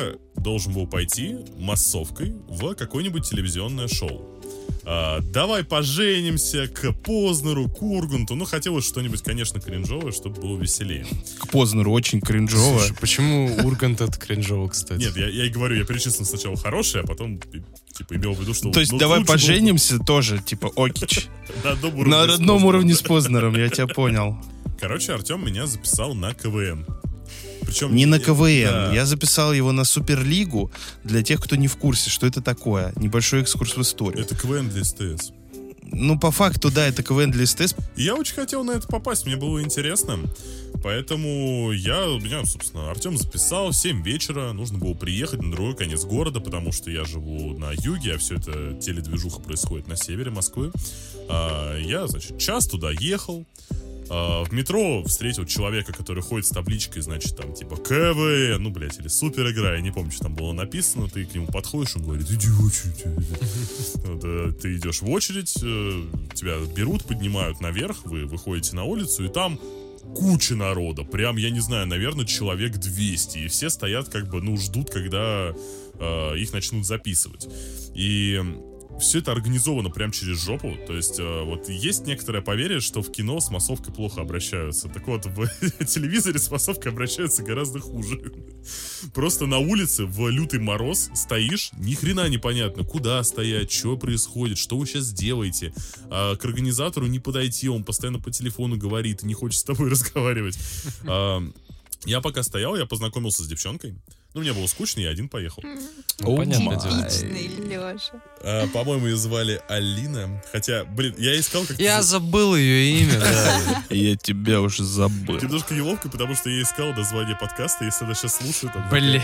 должен был пойти массовкой в какое-нибудь телевизионное шоу. А, давай поженимся к Познеру, к Урганту. Ну, хотелось что-нибудь, конечно, кринжовое, чтобы было веселее. К Познеру очень кринжово. Слушай, почему Ургант это кринжово, кстати? Нет, я, я и говорю, я перечислил сначала хорошее, а потом, типа, имел в виду, что... То есть ну, давай лучше было- поженимся тоже, типа, окич. На одном уровне На с одном Познером. уровне с Познером, я тебя понял. Короче, Артем меня записал на КВН. Причем Не на я- КВН. да. Я записал его на Суперлигу для тех, кто не в курсе, что это такое. Небольшой экскурс в историю. Это КВН для СТС. Ну, по факту, да, это КВН для СТС. И я очень хотел на это попасть, мне было интересно. Поэтому я, меня, собственно, Артем записал в семь вечера. Нужно было приехать на другой конец города, потому что я живу на юге, а все это теледвижуха происходит на севере Москвы. А, я, значит, час туда ехал. А, в метро встретил человека, который ходит с табличкой, значит, там, типа, КВН, ну, блядь, или супер игра, я не помню, что там было написано, ты к нему подходишь, он говорит, иди в очередь. Вот, э, ты идешь в очередь, э, тебя берут, поднимают наверх, вы выходите на улицу, и там куча народа, прям, я не знаю, наверное, человек двести, и все стоят, как бы, ну, ждут, когда э, их начнут записывать. И все это организовано прям через жопу. То есть, э, вот есть некоторое поверье, что в кино с массовкой плохо обращаются. Так вот, в телевизоре с массовкой обращаются гораздо хуже. Просто на улице в лютый мороз стоишь, ни хрена непонятно, куда стоять, что происходит, что вы сейчас делаете. А к организатору не подойти, он постоянно по телефону говорит и не хочет с тобой разговаривать. А, я пока стоял, я познакомился с девчонкой. Ну, мне было скучно, я один поехал. Ну, понятное дело. Типичный Леша. А, по-моему, ее звали Алина. Хотя, блин, я искал как-то... Я забыл ее имя, да. Я тебя уже забыл. Немножко неловко, потому что я искал название подкаста, если она сейчас слушает... Она... Блин.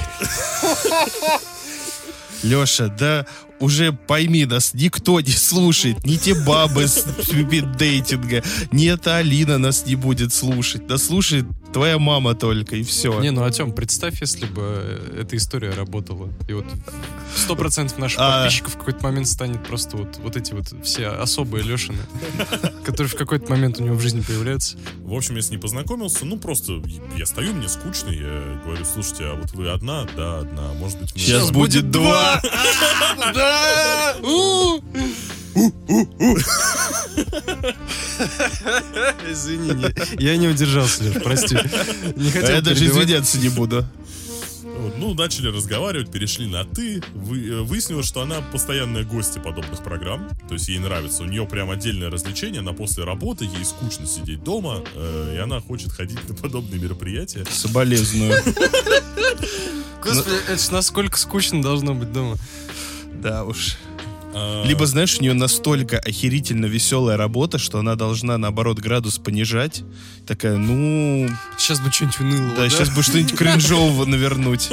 Леша, да уже пойми, нас никто не слушает. Ни те бабы с спиддейтинга, ни эта Алина нас не будет слушать. Нас слушает твоя мама только, и все. Не, ну, Артем, представь, если бы эта история работала. И вот сто процентов наших А. подписчиков в какой-то момент станет просто вот, вот эти вот все особые Лешины, которые в какой-то момент у него в жизни появляются. В общем, я с ней познакомился, ну, просто я стою, мне скучно, я говорю, слушайте, а вот вы одна? Да, одна, может быть, мы... Сейчас будет два. Извини, не- я не удержался, Леш, прости. Не А хотел я даже перебивать. извиняться не буду. Вот, ну, начали разговаривать, перешли на «ты». Вы, э, выяснилось, что она постоянная гостья подобных программ. То есть ей нравится. У нее прям отдельное развлечение. Она после работы, ей скучно сидеть дома. э, и она хочет ходить на подобные мероприятия. Соболезную. Господи, это ж насколько скучно должно быть дома. Да уж. А, Либо, знаешь, у нее настолько охерительно веселая работа, что она должна, наоборот, градус понижать. Такая, ну... Сейчас бы что-нибудь унылого, Да, да? сейчас бы что-нибудь кринжового навернуть.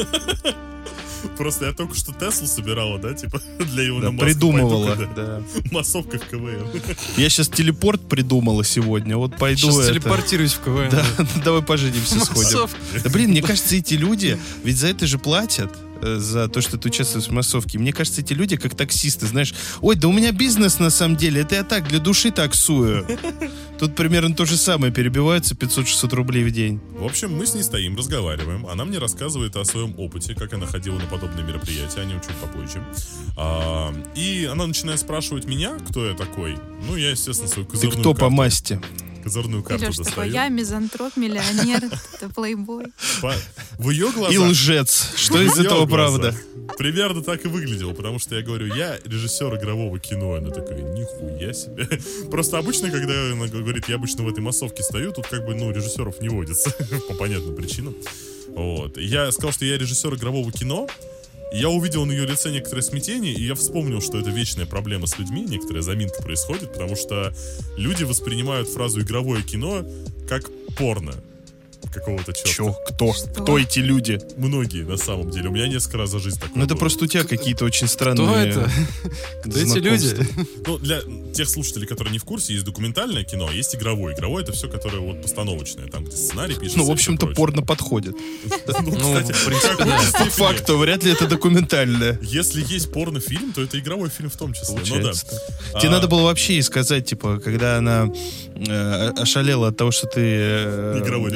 Просто я только что Теслу собирала, да, типа, для его Да, придумывала. Да. Массовка в КВН. Я сейчас телепорт придумала сегодня. Вот пойду Сейчас это... телепортируюсь в КВН. Да, давай поженимся, сходим. Массовка. Да блин, мне кажется, эти люди, ведь за это же платят, э, за то, что ты участвуешь в массовке. Мне кажется, эти люди как таксисты, знаешь, ой, да у меня бизнес на самом деле, это я так для души таксую. Тут примерно то же самое, перебиваются пятьсот-шестьсот рублей в день. В общем, мы с ней стоим, разговариваем. Она мне рассказывает о своем опыте, как она ходила на подобные мероприятия, о нем чуть попозже. А, и она начинает спрашивать меня, кто я такой. Ну, я, естественно, свою Ты козырную кто по карту, масти? козырную Ты, карту Леш, такой, достаю. я мизантроп, миллионер, это плейбой. По- В ее глазах... И лжец. Что из в её этого глазах правда? Примерно так и выглядело, потому что я говорю, я режиссер игрового кино. Она такая, нихуя себе. Просто обычно, когда она говорит, я обычно в этой массовке стою, тут как бы, ну, режиссеров не водится. По понятным причинам. Вот. Я сказал, что я режиссер игрового кино. И я увидел на ее лице некоторое смятение, и я вспомнил, что это вечная проблема с людьми, некоторая заминка происходит, потому что люди воспринимают фразу «игровое кино» как порно какого-то черта. Чё? Кто? Кто эти люди? Многие, на самом деле. У меня несколько раз за жизнь такое Ну это было. просто у тебя какие-то очень странные... Кто это? Кто эти люди? знакомства. Ну, для тех слушателей, которые не в курсе, есть документальное кино, а есть игровое. Игровое — это все, которое вот постановочное, там, где сценарий пишется. Ну, в и общем-то, всё прочее. порно подходит. Ну, Ну, кстати, в принципе, в какой-то да. По степени, факту, вряд ли это документальное. если есть порнофильм, то это игровой фильм в том числе. Ну да. Получается. Тебе А, надо было вообще ей сказать, типа, когда она э, ошалела от того, что ты э, Игровой режиссер. игровой режиссер,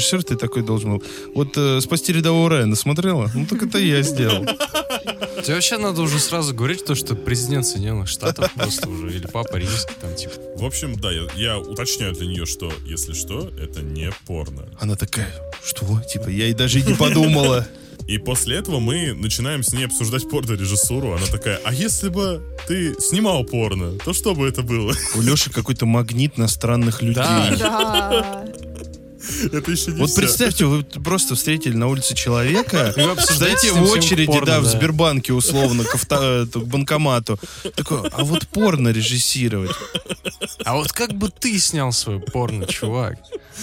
режиссер, ты такой должен был. Вот э, «Спасти рядового Райана» смотрела? Ну, так это я сделал. Тебе вообще надо уже сразу говорить то, что президент Соединенных Штатов просто уже, или папа римский, там, типа. В общем, да, я, я уточняю для нее, что, если что, это не порно. Она такая, что? Типа, я и даже и не подумала. И после этого мы начинаем с ней обсуждать порно-режиссуру. Она такая, а если бы ты снимал порно, то что бы это было? У Леши какой-то магнит на странных людей. Да. Да. Это еще не Вот все. представьте, вы просто встретили на улице человека, И вы обсуждаете стоите с ним в всем очереди, порно, да, в да. Сбербанке условно, к, авто, к банкомату. Такой, а вот порно режиссировать. А вот как бы ты снял свое порно, чувак?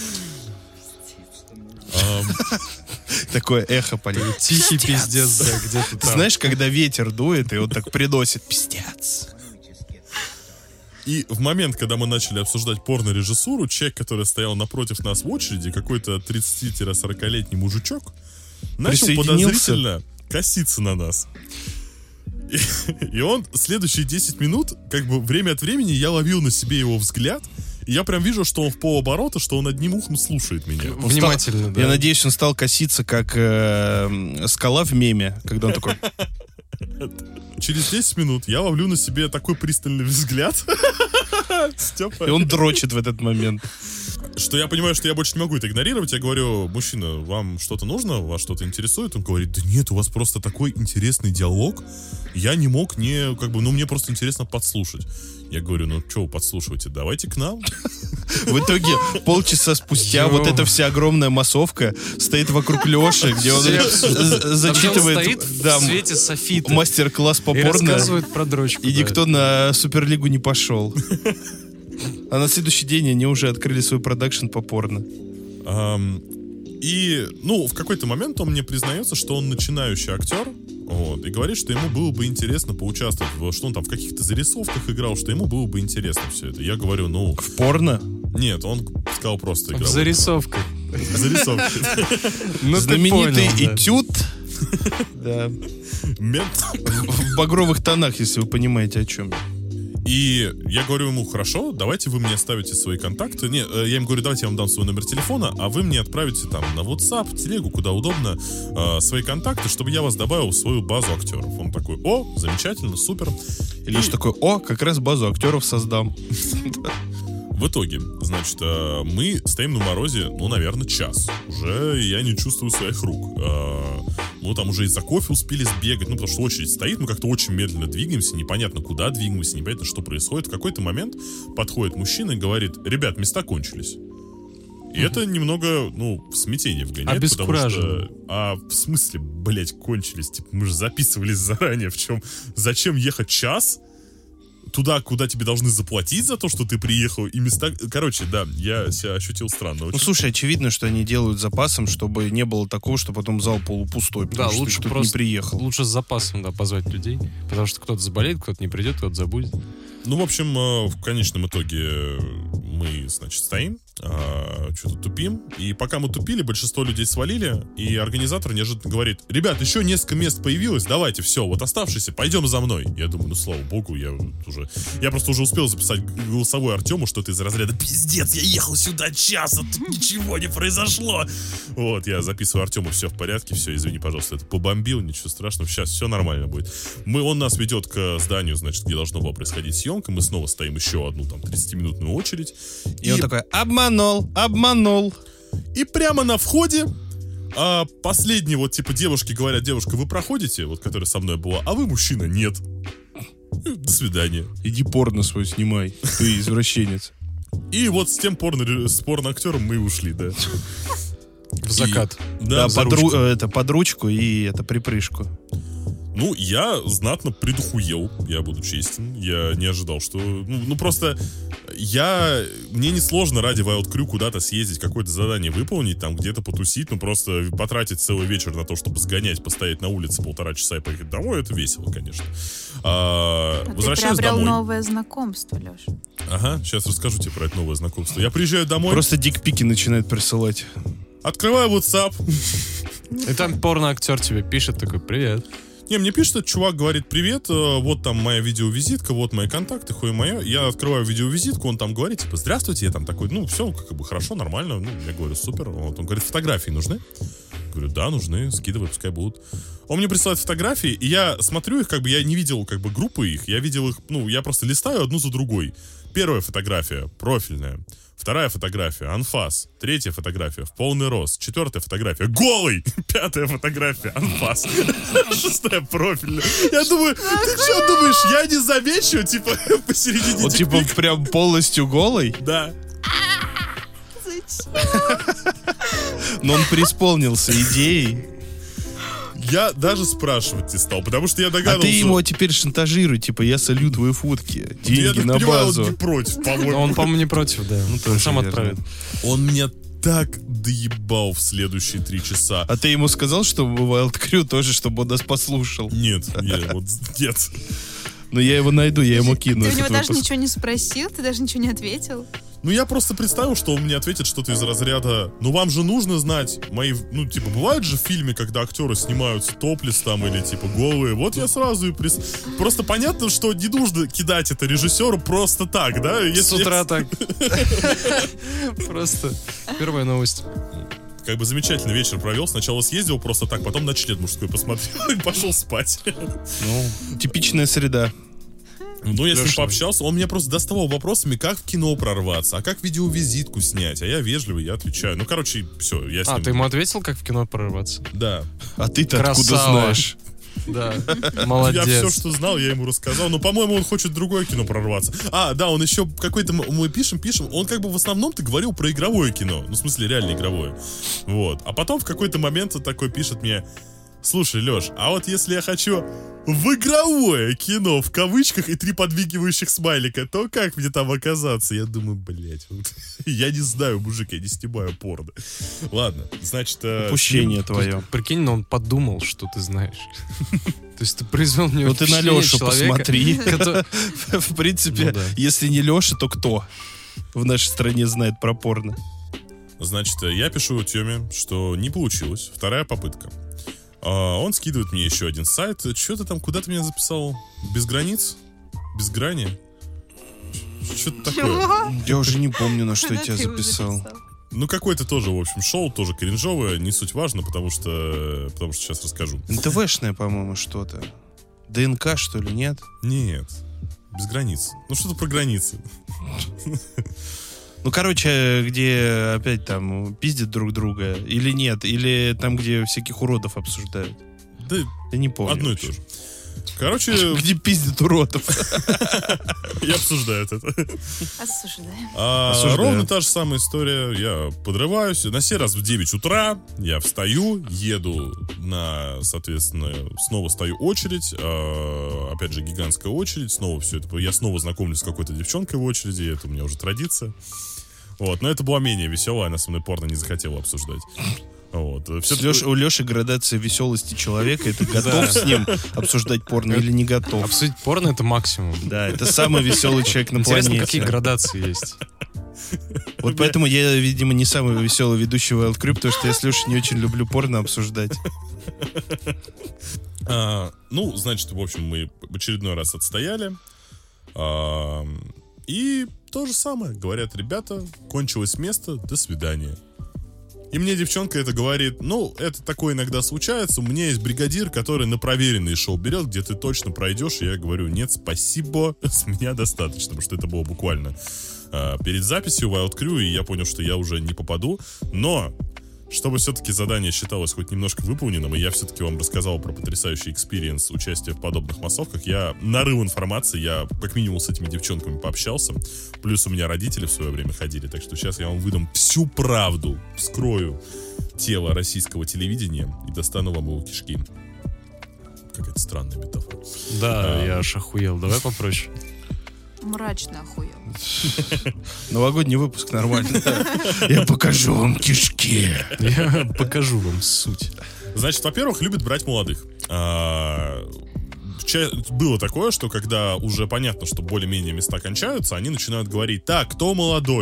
Ам, Такое эхо по нему. Тихий пиздец, да, где-то там. Знаешь, когда ветер дует, и он так приносит пиздец. И в момент, когда мы начали обсуждать порно-режиссуру, человек, который стоял напротив нас в очереди, какой-то тридцати-сорокалетний мужичок, начал Присоединился? подозрительно коситься на нас. И, и он следующие десять минут, как бы время от времени, я ловил на себе его взгляд, и я прям вижу, что он в полоборота, что он одним ухом слушает меня. Он Внимательно, стал- да. Я надеюсь, он стал коситься, как э, скала в меме, когда он такой... Через десять минут я ловлю на себе такой пристальный взгляд, Степа, И он дрочит в этот момент. что я понимаю, что я больше не могу это игнорировать. Я говорю, мужчина, вам что-то нужно? Вас что-то интересует? Он говорит, да нет, у вас просто такой интересный диалог. Я не мог не, как бы, ну, мне просто интересно подслушать. Я говорю, ну, что вы подслушиваете? Давайте к нам. В итоге полчаса спустя Йо. вот эта вся огромная массовка стоит вокруг Леши, где он Все з- з- зачитывает стоит в да, свете софита мастер-класс по и порно, рассказывает про дрочку. и да. никто на Суперлигу не пошел. А на следующий день они уже открыли свой продакшн по порно. Ам, И, ну, в какой-то момент он мне признается, что он начинающий актер, вот, и говорит, что ему было бы интересно поучаствовать, в, что он там в каких-то зарисовках играл, что ему было бы интересно все это. Я говорю, ну, В порно? нет, он сказал просто В играл. зарисовках. В зарисовке. Ну, ты Знаменитый понял, да. этюд. Да. Мент. В багровых тонах, если вы понимаете, о чем я. И я говорю ему, хорошо, давайте вы мне оставите свои контакты. Не, э, я им говорю, давайте я вам дам свой номер телефона, а вы мне отправите там на WhatsApp, телегу, куда удобно, э, свои контакты, чтобы я вас добавил в свою базу актеров. Он такой, о, замечательно, супер. И Леша такой, о, как раз базу актеров создам. В итоге, значит, э, мы стоим на морозе, ну, наверное, час. Уже я не чувствую своих рук. Э, Мы там уже из-за кофе успели сбегать, ну, потому что очередь стоит, мы как-то очень медленно двигаемся, непонятно куда двигаемся, непонятно, что происходит. В какой-то момент подходит мужчина и говорит, ребят, места кончились. И это немного, ну, в смятение вгоняет, потому Обескураживает. что... А в смысле, блять, кончились? Типа, мы же записывались заранее, в чем... Зачем ехать час туда, куда тебе должны заплатить за то, что ты приехал, и места... Короче, да, я себя ощутил странно Ну, очень. слушай, очевидно, что они делают запасом, чтобы не было такого, что потом зал полупустой, потому Да, что лучше ты тут просто не приехал. лучше с запасом, да, позвать людей, потому что кто-то заболеет, кто-то не придет, кто-то забудет. Ну, в общем, э, в конечном итоге э, мы, значит, стоим, а, что-то тупим. И пока мы тупили, большинство людей свалили, и организатор неожиданно говорит, ребят, еще несколько мест появилось, давайте, все, вот оставшиеся, пойдем за мной. Я думаю, ну, слава богу, я уже... Я просто уже успел записать голосовой Артему, что это из разряда, пиздец, я ехал сюда час, а тут ничего не произошло. Вот, я записываю Артему, все в порядке, все, извини, пожалуйста, это побомбил, ничего страшного, сейчас все нормально будет. Мы, он нас ведет к зданию, значит, где должно было происходить съемка, мы снова стоим еще одну там тридцатиминутную очередь. И он такой, обманул, обманул. И прямо на входе а, последние вот типа девушки говорят, девушка, вы проходите, вот которая со мной была, а вы мужчина, нет. И до свидания. Иди порно свой снимай, ты извращенец. И вот с тем порно, с порно-актером мы и ушли, да. В закат. Да, за под, ру- ручку. это, под ручку и это припрыжку. Ну, я знатно предухуел, я буду честен. Я не ожидал, что... Ну, ну, просто я... Мне несложно ради Wild Crew куда-то съездить, какое-то задание выполнить, там где-то потусить, ну, просто потратить целый вечер на то, чтобы сгонять, постоять на улице полтора часа и поехать домой, это весело, конечно. А, Ты возвращаюсь приобрел домой. новое знакомство, Леш. Ага, сейчас расскажу тебе про это новое знакомство. Я приезжаю домой, Просто дикпики начинают присылать. открываю WhatsApp. И там порно-актер тебе пишет такой, привет. Не, мне пишет этот чувак, говорит, привет, э, вот там моя видеовизитка, вот мои контакты, хуй моя. Я открываю видеовизитку, он там говорит, типа, здравствуйте, я там такой, ну, все, как бы, хорошо, нормально. Ну, я говорю, супер. Вот, он говорит, фотографии нужны? Говорю, да, нужны, скидывай, пускай будут. Он мне присылает фотографии, и я смотрю их, как бы, я не видел, как бы, группы их, я видел их, ну, я просто листаю одну за другой. Первая фотография, профильная. Вторая фотография, анфас. Третья фотография, в полный рост. Четвертая фотография, голый. Пятая фотография, анфас. Шестая профильная. Я думаю, ты что думаешь, я не замечу, типа, посередине Вот типа дикпик? прям полностью голый, Да. но он преисполнился идеей. Я даже спрашивать не стал, потому что я А догадывался. ты его теперь шантажируй, типа, я солю твои фотки, Я деньги так на понимаю, базу. он не против, Но по-моему. он, по-моему, не против, да. Ну, тоже сам верно. отправит. Он меня так доебал в следующие три часа. А ты ему сказал, что в Wild Crew тоже, чтобы он нас послушал? Нет, нет, вот нет. Ну, я его найду, я ему кину Ты у этот него даже выпуск. ничего не спросил, ты даже ничего не ответил. Ну, я просто представил, что он мне ответит что-то из разряда, ну, вам же нужно знать мои, ну, типа, бывают же в фильме, когда актеры снимаются топлес там или, типа, голые. Вот я сразу и прис... Просто понятно, что не нужно кидать это режиссеру просто так, да? Если С утра так. Просто первая новость. Как бы замечательный вечер провел. Сначала съездил просто так, потом на член мужской посмотрел и пошел спать. Ну, типичная среда. Ну, я с ним Леша. пообщался, он меня просто доставал вопросами, как в кино прорваться, а как видеовизитку снять. А я вежливый, я отвечаю. Ну, короче, все, я с А, ним... ты ему ответил, как в кино прорываться? Да. А ты-то откуда Красава. знаешь? Да, Я молодец. все, что знал, я ему рассказал. Но, по-моему, он хочет в другое кино прорваться. А, да, он еще какой-то... м- Мы пишем, пишем. Он как бы в основном ты говорил про игровое кино. Ну, в смысле, реально игровое. Вот. А потом в какой-то момент он такой пишет мне... Слушай, Леш, а вот если я хочу в игровое кино, в кавычках, и три подвигивающих смайлика, то как мне там оказаться? Я думаю, блядь, вот, я не знаю, мужик, я не снимаю порно. Ладно, значит... э, Упущение с твое. Прикинь, но он подумал, что ты знаешь. То есть ты произвел на него Ну ты на впечатление Лешу человека, посмотри. который- В принципе, Ну да. если не Леша, то кто в нашей стране знает про порно? ним, Значит, э, я пишу Тёме, что не получилось. Вторая попытка. А, он скидывает мне еще один сайт. Что ты там, куда ты меня записал? Без границ? Без грани? Что-то такое. Чего? Я уже не помню, на что я Куда тебя ты его записал. Ну, какое-то тоже, в общем, шоу, тоже кринжовое, не суть важно, потому что, потому что сейчас расскажу. эн тэ вэ-шное, по-моему, что-то. дэ эн ка, что ли, нет? Нет, без границ. Ну, что-то про границы. Ну, короче, где опять там пиздят друг друга, или нет, или там, где всяких уродов обсуждают. Да, Я не помню. одно и вообще. то же. Короче, Где пиздят уродов. и обсуждают это. Осуждаем. А, Осуждаю. ровно та же самая история. Я подрываюсь. На сей раз в девять утра я встаю, еду на, соответственно, снова стою очередь. а, Опять же, гигантская очередь. Снова все это. Я снова знакомлюсь с какой-то девчонкой в очереди. Это у меня уже традиция. Вот. Но это была менее веселая. Она со мной порно не захотела обсуждать. Вот. Все Лёш- у Леши градация веселости человека. Это готов с ним обсуждать порно или не готов? Обсудить порно — это максимум. Да, это самый веселый человек на Интересно, планете. какие градации есть. Вот поэтому я, видимо, не самый веселый ведущий Wild Crew, потому что я с Лешей не очень люблю порно обсуждать. А, ну, значит, в общем, мы в очередной раз отстояли. А, и то же самое. Говорят, ребята, кончилось место, до свидания. И мне девчонка это говорит, ну, это такое иногда случается, у меня есть бригадир, который на проверенные шоу берет, где ты точно пройдешь, и я говорю, нет, спасибо, с меня достаточно, потому что это было буквально а, перед записью Wild Crew, и я понял, что я уже не попаду, но... Чтобы все-таки задание считалось хоть немножко выполненным, и я все-таки вам рассказал про потрясающий экспириенс участия в подобных массовках, я нарыл информации, я как минимум с этими девчонками пообщался, плюс у меня родители в свое время ходили, так что сейчас я вам выдам всю правду, вскрою тело российского телевидения и достану вам его кишки. Какая-то странная метафора. Да, я аж охуел. Давай попроще. Мрачно охуел. Новогодний выпуск нормально. Я покажу вам кишки. Я покажу вам суть. Значит, во-первых, любят брать молодых. А, ча- Было такое, что когда уже понятно, что более-менее места кончаются, они начинают говорить, так, кто молодой?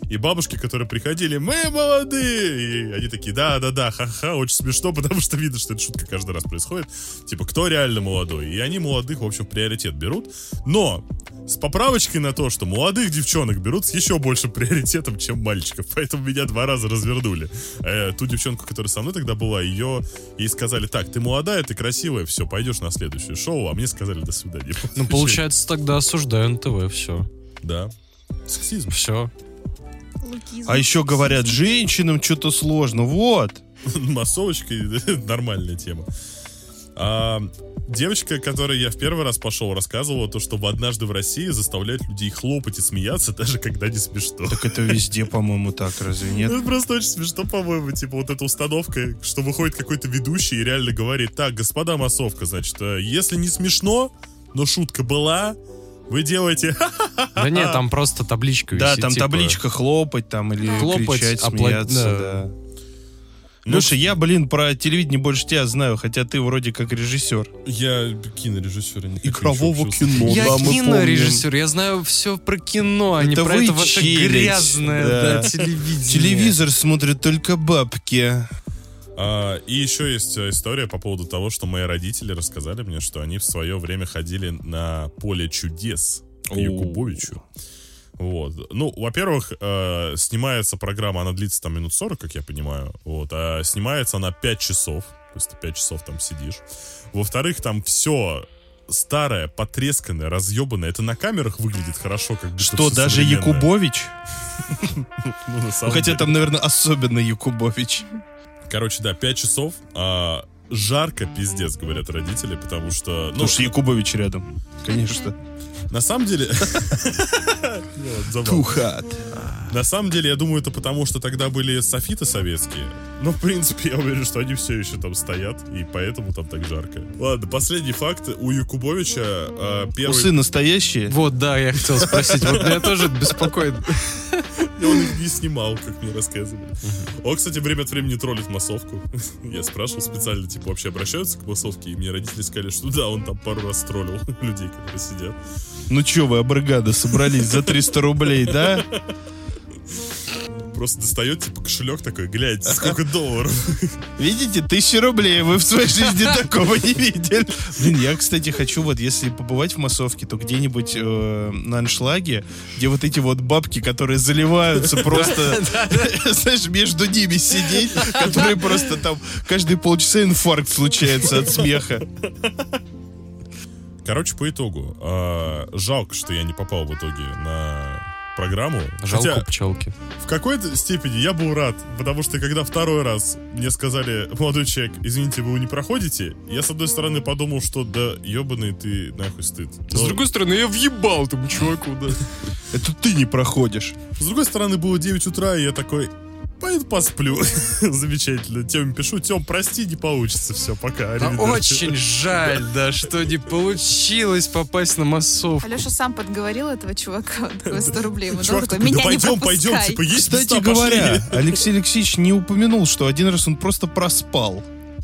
И бабушки, которые приходили, мы молодые! И они такие, да-да-да, ха-ха, очень смешно, потому что видно, что эта шутка каждый раз происходит. Типа, кто реально молодой? И они молодых, в общем, в приоритет берут. Но с поправочкой на то, что молодых девчонок берут с еще большим приоритетом, чем мальчиков. Поэтому меня два раза развернули. Э, ту девчонку, которая со мной тогда была, ее ей сказали, так, ты молодая, ты красивая, все, пойдешь на следующее шоу, а мне сказали, до свидания. Ну, получается, тогда осуждаю эн тэ вэ, все. Да. Сексизм. Все. А еще говорят, женщинам что-то сложно. Вот. Массовочка — нормальная тема. А, девочка, которой я в первый раз пошел, рассказывала то, что в «Однажды в России» заставляют людей хлопать и смеяться, даже когда не смешно. Так это везде, по-моему, так, разве нет? Это просто очень смешно, по-моему. Типа вот эта установка, что выходит какой-то ведущий и реально говорит, так, господа массовка, значит, если не смешно, но шутка была, вы делаете... Да нет, там просто табличка висит. Да, там типа, табличка хлопать там или хлопать, кричать, опла- смеяться, да. да. Леша, я, блин, про телевидение больше тебя знаю, хотя ты вроде как режиссер. Я кинорежиссер. Игрового кино, Я да, мы кинорежиссер, я знаю все про кино, а не Это про вы это ваше челядь, грязное да. да, телевидение. Телевизор смотрят только бабки. А, и еще есть история по поводу того, что мои родители рассказали мне, что они в свое время ходили на поле чудес к Якубовичу. Вот. Ну, во-первых, э, снимается программа, она длится там минут сорок, как я понимаю. Вот. А снимается она пять часов. То есть ты пять часов там сидишь. Во-вторых, там все старое, потресканное, разъебанное. Это на камерах выглядит хорошо, как будто Что, всё даже современное. Якубович? Ну, на самом Хотя деле. там, наверное, особенно Якубович. Короче, да, пять часов. А, жарко, пиздец, говорят родители, потому что... Ну, Потому что Якубович рядом. Конечно. на самом деле... Too hot. На самом деле, я думаю, это потому, что тогда были софиты советские. Но, в принципе, я уверен, что они все еще там стоят, и поэтому там так жарко. Ладно, последний факт. У Якубовича э, первый... Усы настоящие? Вот, да, я хотел спросить. Вот меня тоже беспокоит. И он их не снимал, как мне рассказывали. Он, кстати, время от времени троллит массовку. Я спрашивал специально, типа, вообще обращаются к массовке? И мне родители сказали, что да, он там пару раз троллил людей, которые сидят. Ну чё вы, абригада, собрались за триста рублей, да? Просто достает, типа, кошелек такой, гляньте, сколько долларов. Видите, тысяча рублей, вы в своей жизни такого не видели. Блин, я, кстати, хочу вот, если побывать в массовке, то где-нибудь э, на аншлаге, где вот эти вот бабки, которые заливаются просто, знаешь, между ними сидеть, которые просто там каждые полчаса инфаркт случается от смеха. Короче, по итогу, э, жалко, что я не попал в итоге на программу. Жалко Хотя пчелки. в какой-то степени я был рад, потому что когда второй раз мне сказали, молодой человек, извините, вы его не проходите, я с одной стороны подумал, что да ебаный ты нахуй стыд. С Но другой стороны, я въебал этому чуваку, да. Это ты не проходишь. с другой стороны было девять утра, и я такой, пойду посплю. Замечательно. Тёме пишу, Тём, прости, не получится, все, пока. А Аривидерчи. очень жаль, да, что не получилось попасть на массовку. Алеша сам подговорил этого чувака, он такой сто рублей ему дал, Чувак такой, такой, меня да не пойдем, пойдем, пропускай. типа, есть Кстати места, говоря, пошли. Алексей Алексеевич не упомянул, что один раз он просто проспал.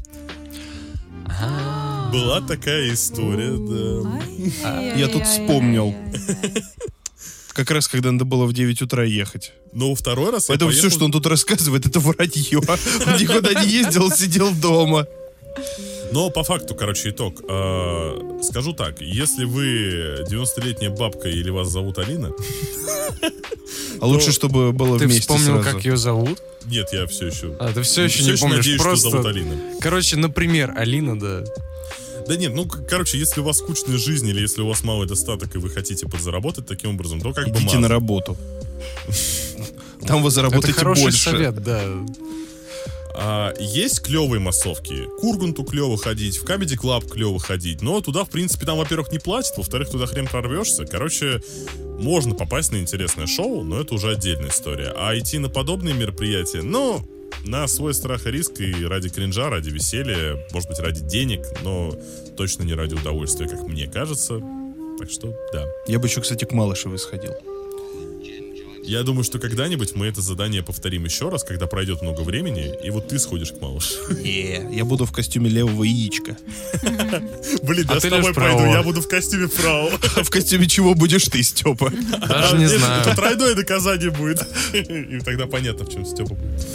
Была такая история, да. Ай-яй-яй-яй-яй-яй. Я тут вспомнил. Как раз, когда надо было в девять утра ехать. Но второй раз я Поэтому все, поехал- что он тут рассказывает, это вранье. Он никуда не ездил, сидел дома. Но по факту, короче, итог. Э, Скажу так, если вы девяностолетняя бабка или вас зовут Алина... А лучше, чтобы было Ты вместе вспомнил, сразу. как ее зовут? Нет, я все еще... А, ты все еще Всё не еще помнишь, надеюсь, просто... что зовут Алина. Короче, например, Алина, да. Да нет, ну, к- короче, если у вас скучная жизнь или если у вас малый достаток и вы хотите подзаработать таким образом, то как бы Идите маза. на работу. Там вы Это заработаете хороший больше. совет, да. А, есть клевые массовки. К Урганту клево ходить, в Comedy Club клево ходить. Но туда, в принципе, там, во-первых, не платят, во-вторых, туда хрен прорвешься. Короче, можно попасть на интересное шоу, но это уже отдельная история. А идти на подобные мероприятия, ну, на свой страх и риск и ради кринжа, ради веселья, может быть, ради денег, но точно не ради удовольствия, как мне кажется. Так что, да. Я бы еще, кстати, к Малышевой сходил. Я думаю, что когда-нибудь мы это задание повторим еще раз, когда пройдет много времени, и вот ты сходишь к малышу. Не, я буду в костюме левого яичка. Блин, А я с ты тобой лишь пойду, правого. я буду в костюме правого. В костюме чего будешь ты, Степа? Даже не Нет, знаю. Это тройное доказание будет. И тогда понятно, в чем Степа будет.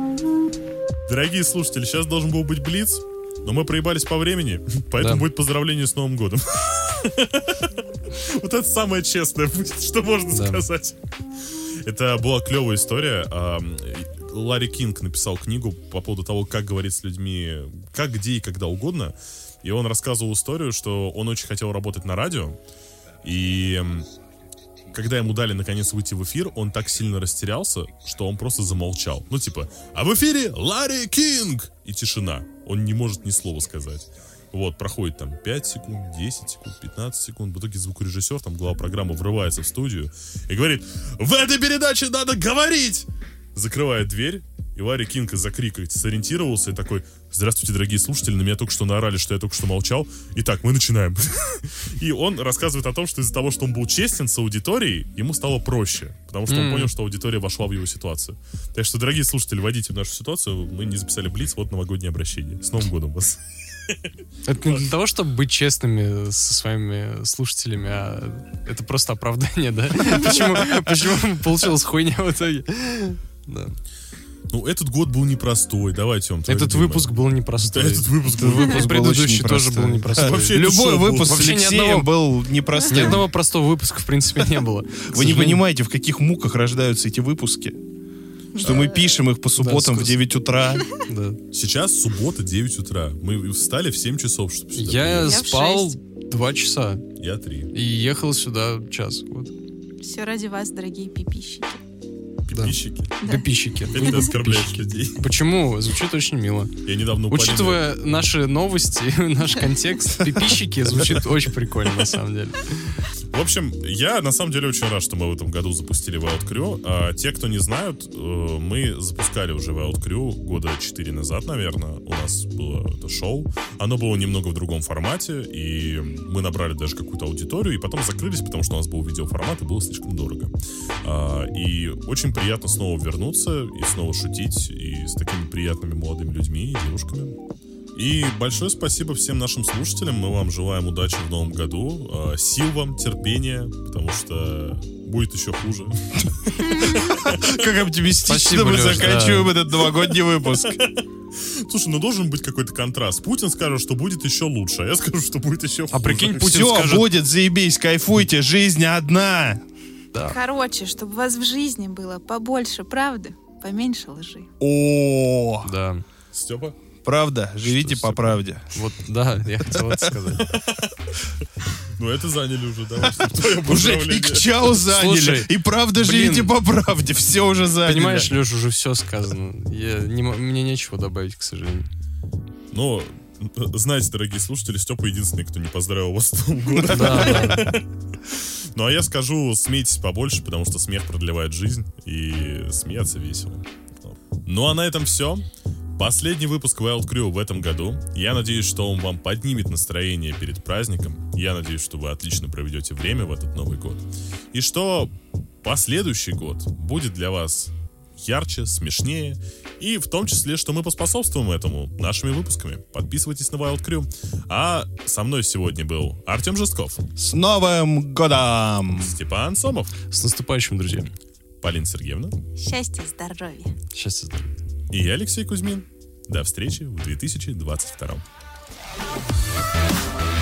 Дорогие слушатели, сейчас должен был быть блиц, но мы проебались по времени, поэтому Да. будет поздравление с Новым годом. Вот это самое честное будет, что можно Да. сказать. Это была клевая история. А, Ларри Кинг написал книгу по поводу того, как говорить с людьми, как, где и когда угодно. И он рассказывал историю, что он очень хотел работать на радио. И м, когда ему дали наконец выйти в эфир, он так сильно растерялся, что он просто замолчал. Ну типа, а в эфире Ларри Кинг! И тишина. Он не может ни слова сказать. Вот, проходит там пять секунд, десять секунд, пятнадцать секунд. В итоге звукорежиссер, там глава программы, врывается в студию и говорит: в этой передаче надо говорить! Закрывает дверь, и Ларри Кинг из-за крика сориентировался и такой: здравствуйте, дорогие слушатели, на меня только что наорали, что я только что молчал. Итак, мы начинаем. И он рассказывает о том, что из-за того, что он был честен с аудиторией, ему стало проще, потому что он понял, что аудитория вошла в его ситуацию. Так что, дорогие слушатели, войдите в нашу ситуацию. Мы не записали блиц, вот новогоднее обращение. С Новым годом вас! Это не для того, чтобы быть честными со своими слушателями, а это просто оправдание, да? Почему, почему получилась хуйня в итоге? Да. Ну, этот год был непростой. Давайте вам. твоя Этот любимая. выпуск был непростой. Этот выпуск Этот был выпуск был Предыдущий очень тоже непростой. был непростой. Вообще, это Любой шоу было. выпуск с Вообще ни Алексеем одного- был Ни непростым. одного простого выпуска, в принципе, не было. К Вы не сожалению. понимаете, в каких муках рождаются эти выпуски. Что мы пишем их по субботам с- в девять утра. Да. Сейчас суббота, девять утра. Мы встали в семь часов, чтобы сюда Я Я в спал шесть. два часа приехать. Я три. и ехал сюда час. Вот. Все ради вас, дорогие пипищики. Подписчики. Да. Подписчики. Опять ты оскорбляешь людей. Почему? Звучит очень мило. Я недавно у Полины- Учитывая наши новости, наш контекст, пипищики звучит очень прикольно, на самом деле. В общем, я на самом деле очень рад, что мы в этом году запустили Wild Crew. А те, кто не знают, э, мы запускали уже Wild Crew года четыре назад, наверное. У нас было это шоу. Оно было немного в другом формате, и мы набрали даже какую-то аудиторию, и потом закрылись, потому что у нас был видеоформат, и было слишком дорого. А, и очень приятно снова вернуться, и снова шутить, и с такими приятными молодыми людьми и девушками. И большое спасибо всем нашим слушателям. Мы вам желаем удачи в новом году. э, Сил вам, терпения, потому что будет еще хуже. Как оптимистично Спасибо, мы Лёш, заканчиваем этот новогодний выпуск. Слушай, ну должен быть какой-то контраст. Путин скажет, что будет еще лучше, а я скажу, что будет еще хуже. А прикинь, Путин Все, скажет... будет, заебись, кайфуйте, жизнь одна. Да. Короче, чтобы у вас в жизни было побольше правды, поменьше лжи. О, Да. Степа? правда, живите Что, по правде. Вот, да, я хотел это сказать. Ну это заняли уже, давай. Твое Уже и поздравление. к чау заняли, Слушай, и правда блин. живите по правде, все уже заняли. Понимаешь, Леша, уже все сказано. Я не, мо- мне нечего добавить, к сожалению. Но, знаете, дорогие слушатели, Степа единственный, кто не поздравил вас с Новым годом. Да, да. Ну а я скажу, смейтесь побольше, потому что смех продлевает жизнь, и смеяться весело. Ну а на этом все. Последний выпуск Wild Crew в этом году. Я надеюсь, что он вам поднимет настроение перед праздником. Я надеюсь, что вы отлично проведете время в этот Новый год. И что последующий год будет для вас ярче, смешнее. И в том числе, что мы поспособствуем этому нашими выпусками. Подписывайтесь на Wild Crew. А со мной сегодня был Артем Жестков, С Новым годом! Степан Сомов, С наступающим, друзья. Полина Сергеевна Счастья, здоровья. Счастья, здоровья. и я, Алексей Кузьмин. До встречи в две тысячи двадцать втором.